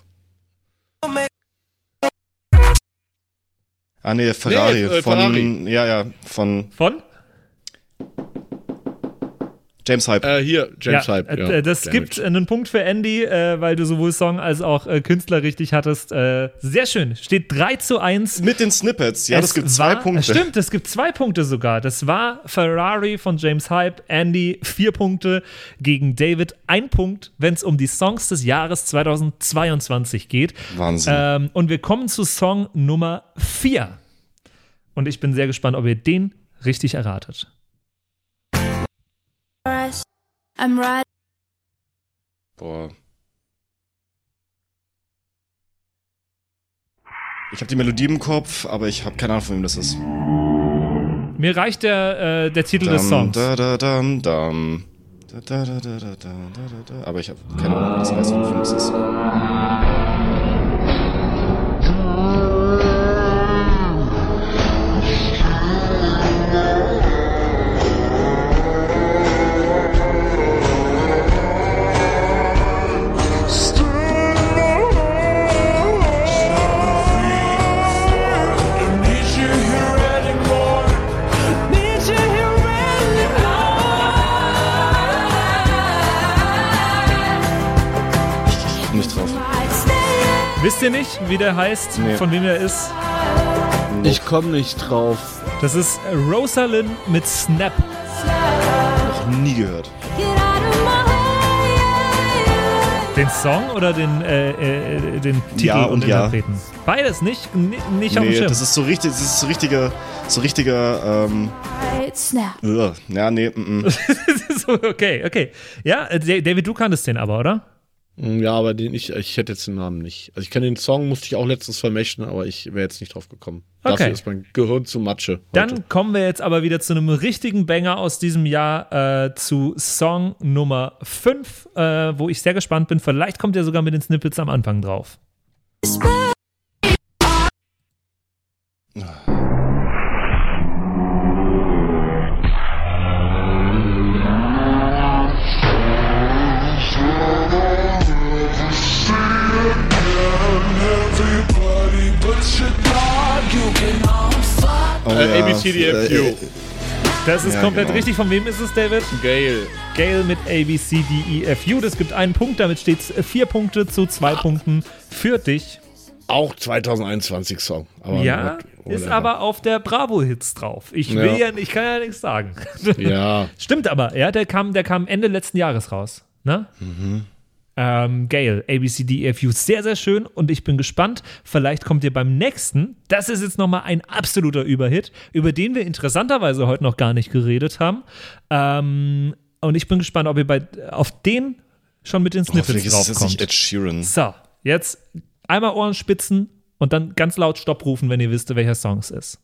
S3: Ah, nee, Ferrari.
S2: Nee, äh,
S3: von,
S2: Ferrari.
S3: ja, ja, von
S1: Von?
S3: James Hype.
S2: Äh, hier, James
S1: ja,
S2: Hype. Ja,
S1: äh, das
S2: damn
S1: gibt
S2: it.
S1: einen Punkt für Andy, äh, weil du sowohl Song als auch äh, Künstler richtig hattest. Äh, sehr schön. Steht drei zu eins.
S3: Mit den Snippets, ja,
S1: Es
S3: das gibt zwei
S1: war,
S3: Punkte.
S1: Stimmt, es gibt zwei Punkte sogar. Das war Ferrari von James Hype, Andy vier Punkte gegen David ein Punkt, wenn es um die Songs des Jahres zweitausendzweiundzwanzig geht.
S3: Wahnsinn.
S1: Ähm, und wir kommen zu Song Nummer vier. Und ich bin sehr gespannt, ob ihr den richtig erratet.
S6: I'm right.
S3: Boah. Ich habe die Melodie im Kopf, aber ich habe keine Ahnung, von wem das ist.
S1: Mir reicht der, äh, der Titel des Songs.
S3: Da, da, dam, dam. Da, da, da, da, da, da, da, da. Aber ich habe keine Ahnung, wie das heißt, von wem das ist. Nicht drauf.
S1: Wisst ihr nicht, wie der heißt,
S3: Nee.
S1: von wem er ist?
S2: Ich komme nicht drauf.
S1: Das ist Rosalind mit Snap.
S3: Noch nie gehört.
S1: Den Song oder den, äh, äh, den Titel
S3: Ja und ja.
S1: Interpreten? Beides nicht, nicht, nicht auf dem
S3: Nee,
S1: Schirm.
S3: das ist so richtig, das ist so richtiger, so richtiger, ähm,
S6: Snap.
S3: ugh. Ja, nee, mm, mm.
S1: so, okay, okay. Ja, äh, David, du kanntest den aber, oder?
S2: Ja, aber den ich, ich hätte jetzt den Namen nicht. Also ich kann den Song, musste ich auch letztens vermischen, aber ich wäre jetzt nicht drauf gekommen.
S1: Okay.
S2: Dafür ist mein Gehirn zu Matsche. Heute.
S1: Dann kommen wir jetzt aber wieder zu einem richtigen Banger aus diesem Jahr, äh, zu Song Nummer fünf, äh, wo ich sehr gespannt bin. Vielleicht kommt er sogar mit den Snippets am Anfang drauf.
S3: Oh,
S2: Äh,
S3: ja.
S2: A B C D F U.
S3: Äh, äh,
S1: Das ist
S3: Ja,
S1: komplett
S3: genau.
S1: richtig. Von wem ist es, David?
S2: Gail.
S1: Gail mit A, B, C, D, E, F, U. Das gibt einen Punkt. Damit steht es vier Punkte zu zwei Punkten für dich.
S2: Auch zweitausendeinundzwanzig Song. Aber
S1: Ja,
S2: what-
S1: ist
S2: whatever.
S1: aber auf der Bravo-Hits drauf. Ich will ja,
S2: Ja.
S1: ich kann ja nichts sagen.
S2: Ja.
S1: Stimmt aber, ja, der kam, der kam Ende letzten Jahres raus. Ne? Ähm, Gail, A, B, C, D, E, F, U, sehr, sehr schön und ich bin gespannt, vielleicht kommt ihr beim nächsten, das ist jetzt nochmal ein absoluter Überhit, über den wir interessanterweise heute noch gar nicht geredet haben, ähm, und ich bin gespannt, ob ihr bei, auf den schon mit den Snippets
S3: Hoffentlich ist es jetzt nicht
S1: draufkommt.
S3: Ed Sheeran.
S1: So, jetzt einmal Ohren spitzen und dann ganz laut Stopp rufen, wenn ihr wisst, welcher Song es ist.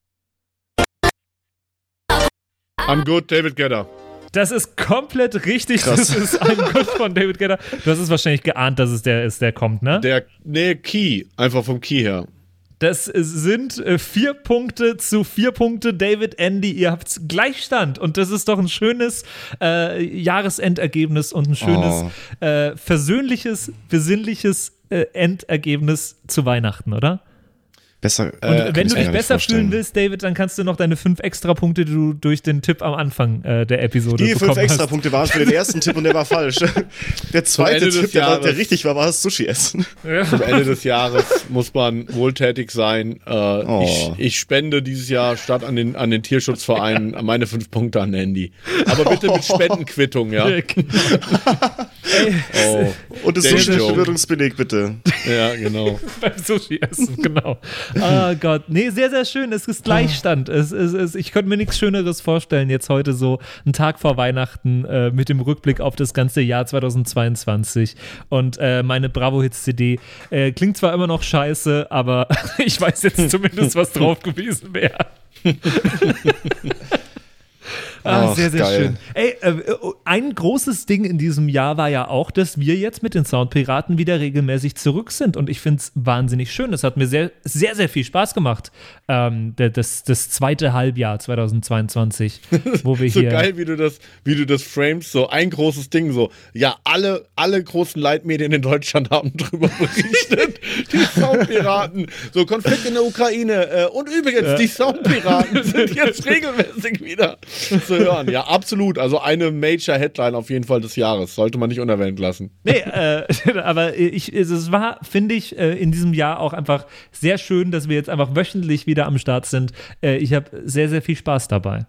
S2: I'm good, David Guetta.
S1: Das ist komplett richtig.
S3: Krass.
S1: Das ist ein Gut von David Guetta. Du hast es wahrscheinlich geahnt, dass es der ist, der kommt, ne?
S2: Der, nee, Key. Einfach vom Key her.
S1: Das sind äh, vier Punkte zu vier Punkte. David, Andy, ihr habt Gleichstand. Und das ist doch ein schönes äh, Jahresendergebnis und ein schönes,
S3: Oh.
S1: äh, versöhnliches, besinnliches äh, Endergebnis zu Weihnachten, oder?
S3: Besser.
S1: Und
S3: äh, kann
S1: wenn
S3: ich
S1: du
S3: mir
S1: dich
S3: gar nicht
S1: besser
S3: vorstellen.
S1: fühlen willst, David, dann kannst du noch deine fünf Extrapunkte, die du durch den Tipp am Anfang äh, der Episode
S3: Die
S1: bekommen
S3: fünf Extrapunkte waren für den ersten Tipp und der war falsch. Der zweite
S2: Ende des
S3: Tipp, der, war, der
S2: Jahres.
S3: richtig war, war das Sushi essen.
S2: Zum Ende des Jahres muss man wohltätig sein. Äh,
S3: Oh.
S2: ich, ich spende dieses Jahr statt an den, an den Tierschutzverein meine fünf Punkte an Andy. Aber bitte mit Spendenquittung, ja.
S1: hast.
S2: Oh.
S3: Und das
S2: Der
S3: Sushi-Bewirtungsbeleg,
S2: Joke.
S3: bitte.
S2: Ja, genau.
S1: Beim Sushi essen, genau. Oh Gott. Nee, sehr, sehr schön. Es ist Gleichstand. Es, es, es, ich könnte mir nichts Schöneres vorstellen, jetzt heute so einen Tag vor Weihnachten äh, mit dem Rückblick auf das ganze Jahr zweitausendzweiundzwanzig. Und äh, meine Bravo-Hits-C D äh, klingt zwar immer noch scheiße, aber ich weiß jetzt zumindest, was drauf gewesen wäre. Ah,
S3: Ach,
S1: sehr, sehr
S3: geil.
S1: schön. Ey, äh, ein großes Ding in diesem Jahr war ja auch, dass wir jetzt mit den Soundpiraten wieder regelmäßig zurück sind. Und ich finde es wahnsinnig schön. Es hat mir sehr, sehr, sehr viel Spaß gemacht. Ähm, das, das zweite Halbjahr zweitausendzweiundzwanzig, wo wir
S2: So
S1: hier.
S2: geil, wie du das, wie du das framest, so ein großes Ding, so, ja, alle, alle großen Leitmedien in Deutschland haben drüber berichtet. Die Soundpiraten, so Konflikt in der Ukraine. Äh, und übrigens,
S1: Ja.
S2: die Soundpiraten sind jetzt regelmäßig wieder. zu hören. Ja, absolut. Also eine Major-Headline auf jeden Fall des Jahres. Sollte man nicht unerwähnt lassen.
S1: Nee, äh, aber ich, es war, finde ich, in diesem Jahr auch einfach sehr schön, dass wir jetzt einfach wöchentlich wieder am Start sind. Ich habe sehr, sehr viel Spaß dabei.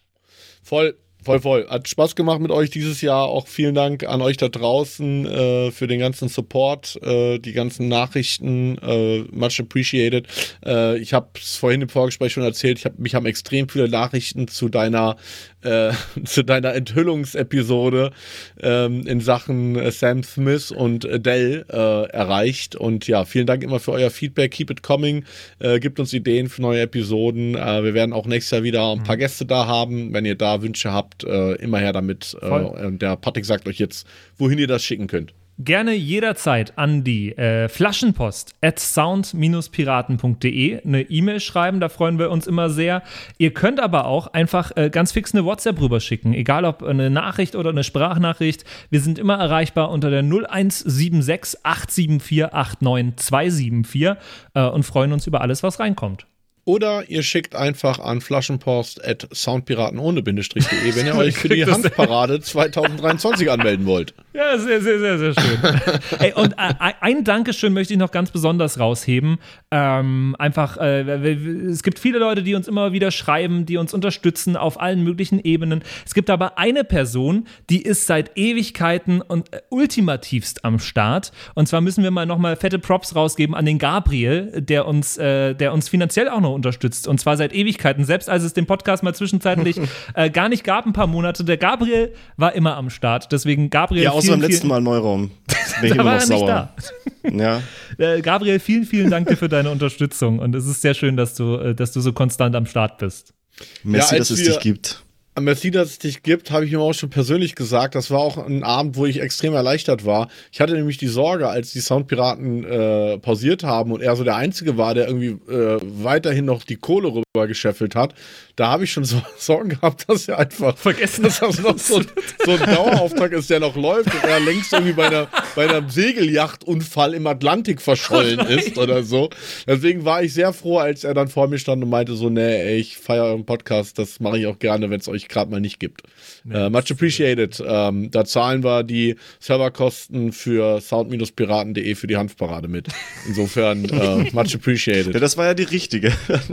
S2: Voll. Voll, voll. Hat Spaß gemacht mit euch dieses Jahr. Auch vielen Dank an euch da draußen äh, für den ganzen Support, äh, die ganzen Nachrichten. Äh, much appreciated. Äh, ich habe es vorhin im Vorgespräch schon erzählt. Ich hab, mich haben extrem viele Nachrichten zu deiner äh, zu deiner Enthüllungsepisode ähm, in Sachen äh, Sam Smith und Adele äh, erreicht. Und ja, vielen Dank immer für euer Feedback. Keep it coming. Äh, gibt uns Ideen für neue Episoden. Äh, wir werden auch nächstes Jahr wieder ein paar Gäste da haben. Wenn ihr da Wünsche habt, Äh, immer her damit. Äh, der Patrick sagt euch jetzt, wohin ihr das schicken könnt.
S1: Gerne jederzeit an die äh, Flaschenpost at sound dash piraten punkt de eine E-Mail schreiben, da freuen wir uns immer sehr. Ihr könnt aber auch einfach äh, ganz fix eine WhatsApp rüberschicken, egal ob eine Nachricht oder eine Sprachnachricht. Wir sind immer erreichbar unter der null eins sieben sechs acht sieben vier acht neun zwei sieben vier äh, und freuen uns über alles, was reinkommt.
S2: Oder ihr schickt einfach an flaschenpost at soundpiraten ohne Bindestrich punkt de, wenn ihr euch für die Hanfparade zwanzig dreiundzwanzig anmelden wollt.
S1: Ja, sehr, sehr, sehr, sehr schön. Ey, und äh, ein Dankeschön möchte ich noch ganz besonders rausheben. Ähm, einfach, äh, es gibt viele Leute, die uns immer wieder schreiben, die uns unterstützen auf allen möglichen Ebenen. Es gibt aber eine Person, die ist seit Ewigkeiten und äh, ultimativst am Start. Und zwar müssen wir mal nochmal fette Props rausgeben an den Gabriel, der uns, äh, der uns finanziell auch noch unterstützt. Und zwar seit Ewigkeiten. Selbst als es den Podcast mal zwischenzeitlich äh, gar nicht gab, ein paar Monate. Der Gabriel war immer am Start. Deswegen Gabriel.
S3: Ja, außer beim letzten Mal Neuraum. Bin ich
S1: da
S3: immer
S1: war
S3: noch
S1: er
S3: sauer.
S1: nicht da.
S3: Ja.
S1: Äh, Gabriel, vielen, vielen Dank dir für deine Unterstützung. Und es ist sehr schön, dass du, äh, dass du so konstant am Start bist.
S3: Merci,
S2: ja,
S3: dass es
S2: wir,
S3: dich gibt.
S2: Merci, dass es dich gibt, habe ich ihm auch schon persönlich gesagt. Das war auch ein Abend, wo ich extrem erleichtert war. Ich hatte nämlich die Sorge, als die Soundpiraten äh, pausiert haben und er so der Einzige war, der irgendwie äh, weiterhin noch die Kohle rüber gescheffelt hat. Da habe ich schon so Sorgen gehabt, dass er einfach
S1: vergessen,
S2: dass das noch so, so ein Dauerauftrag ist, der noch läuft und er längst irgendwie bei einer, bei einem Segeljachtunfall im Atlantik verschollen oh ist oder so. Deswegen war ich sehr froh, als er dann vor mir stand und meinte so, nee, ey, ich feiere euren Podcast, das mache ich auch gerne, wenn es euch gerade mal nicht gibt. Nee, uh, much appreciated. Ähm, da zahlen wir die Serverkosten für sound dash piraten punkt de für die Hanfparade mit. Insofern, uh, much appreciated.
S3: Ja, das war ja die richtige.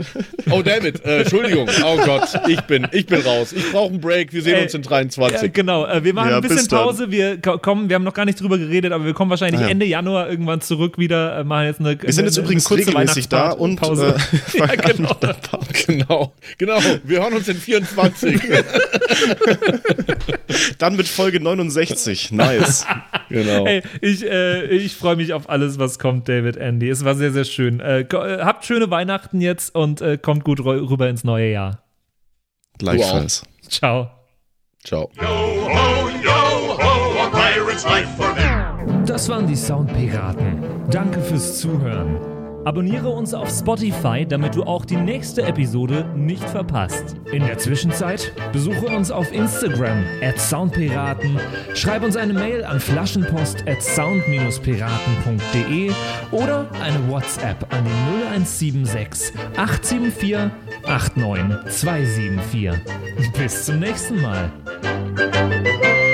S2: Oh, David, äh, Entschuldigung. Oh Gott, ich bin, ich bin raus. Ich brauche einen Break. Wir sehen
S1: Ey,
S2: uns in dreiundzwanzig.
S1: Ja, genau, äh, wir machen
S3: ja,
S1: ein bisschen Pause. Wir kommen, wir haben noch gar nicht drüber geredet, aber wir kommen wahrscheinlich
S3: ah, ja.
S1: Ende Januar irgendwann zurück wieder. Äh, machen jetzt eine,
S3: wir sind jetzt
S1: eine,
S3: übrigens
S1: eine kurze
S3: regelmäßig da und
S1: Pause.
S3: Äh,
S1: ja, genau.
S2: genau. Genau. Wir hören uns in vierundzwanzig.
S3: Dann mit Folge neunundsechzig. Nice.
S2: Genau.
S1: Ey, ich äh, ich freue mich auf alles, was kommt, David, Andy. Es war sehr, sehr schön. Äh, habt schöne Weihnachten jetzt und äh, kommt gut rüber ins neue Jahr.
S3: Gleichfalls.
S1: Wow. Ciao.
S2: Ciao.
S9: Yo ho, yo ho, a pirate's life for me.
S1: Das waren die Soundpiraten. Danke fürs Zuhören. Abonniere uns auf Spotify, damit du auch die nächste Episode nicht verpasst. In der Zwischenzeit besuche uns auf Instagram at soundpiraten, schreib uns eine Mail an flaschenpost at sound dash piraten punkt de oder eine WhatsApp an die null eins sieben sechs acht sieben vier acht neun zwei sieben vier. Bis zum nächsten Mal.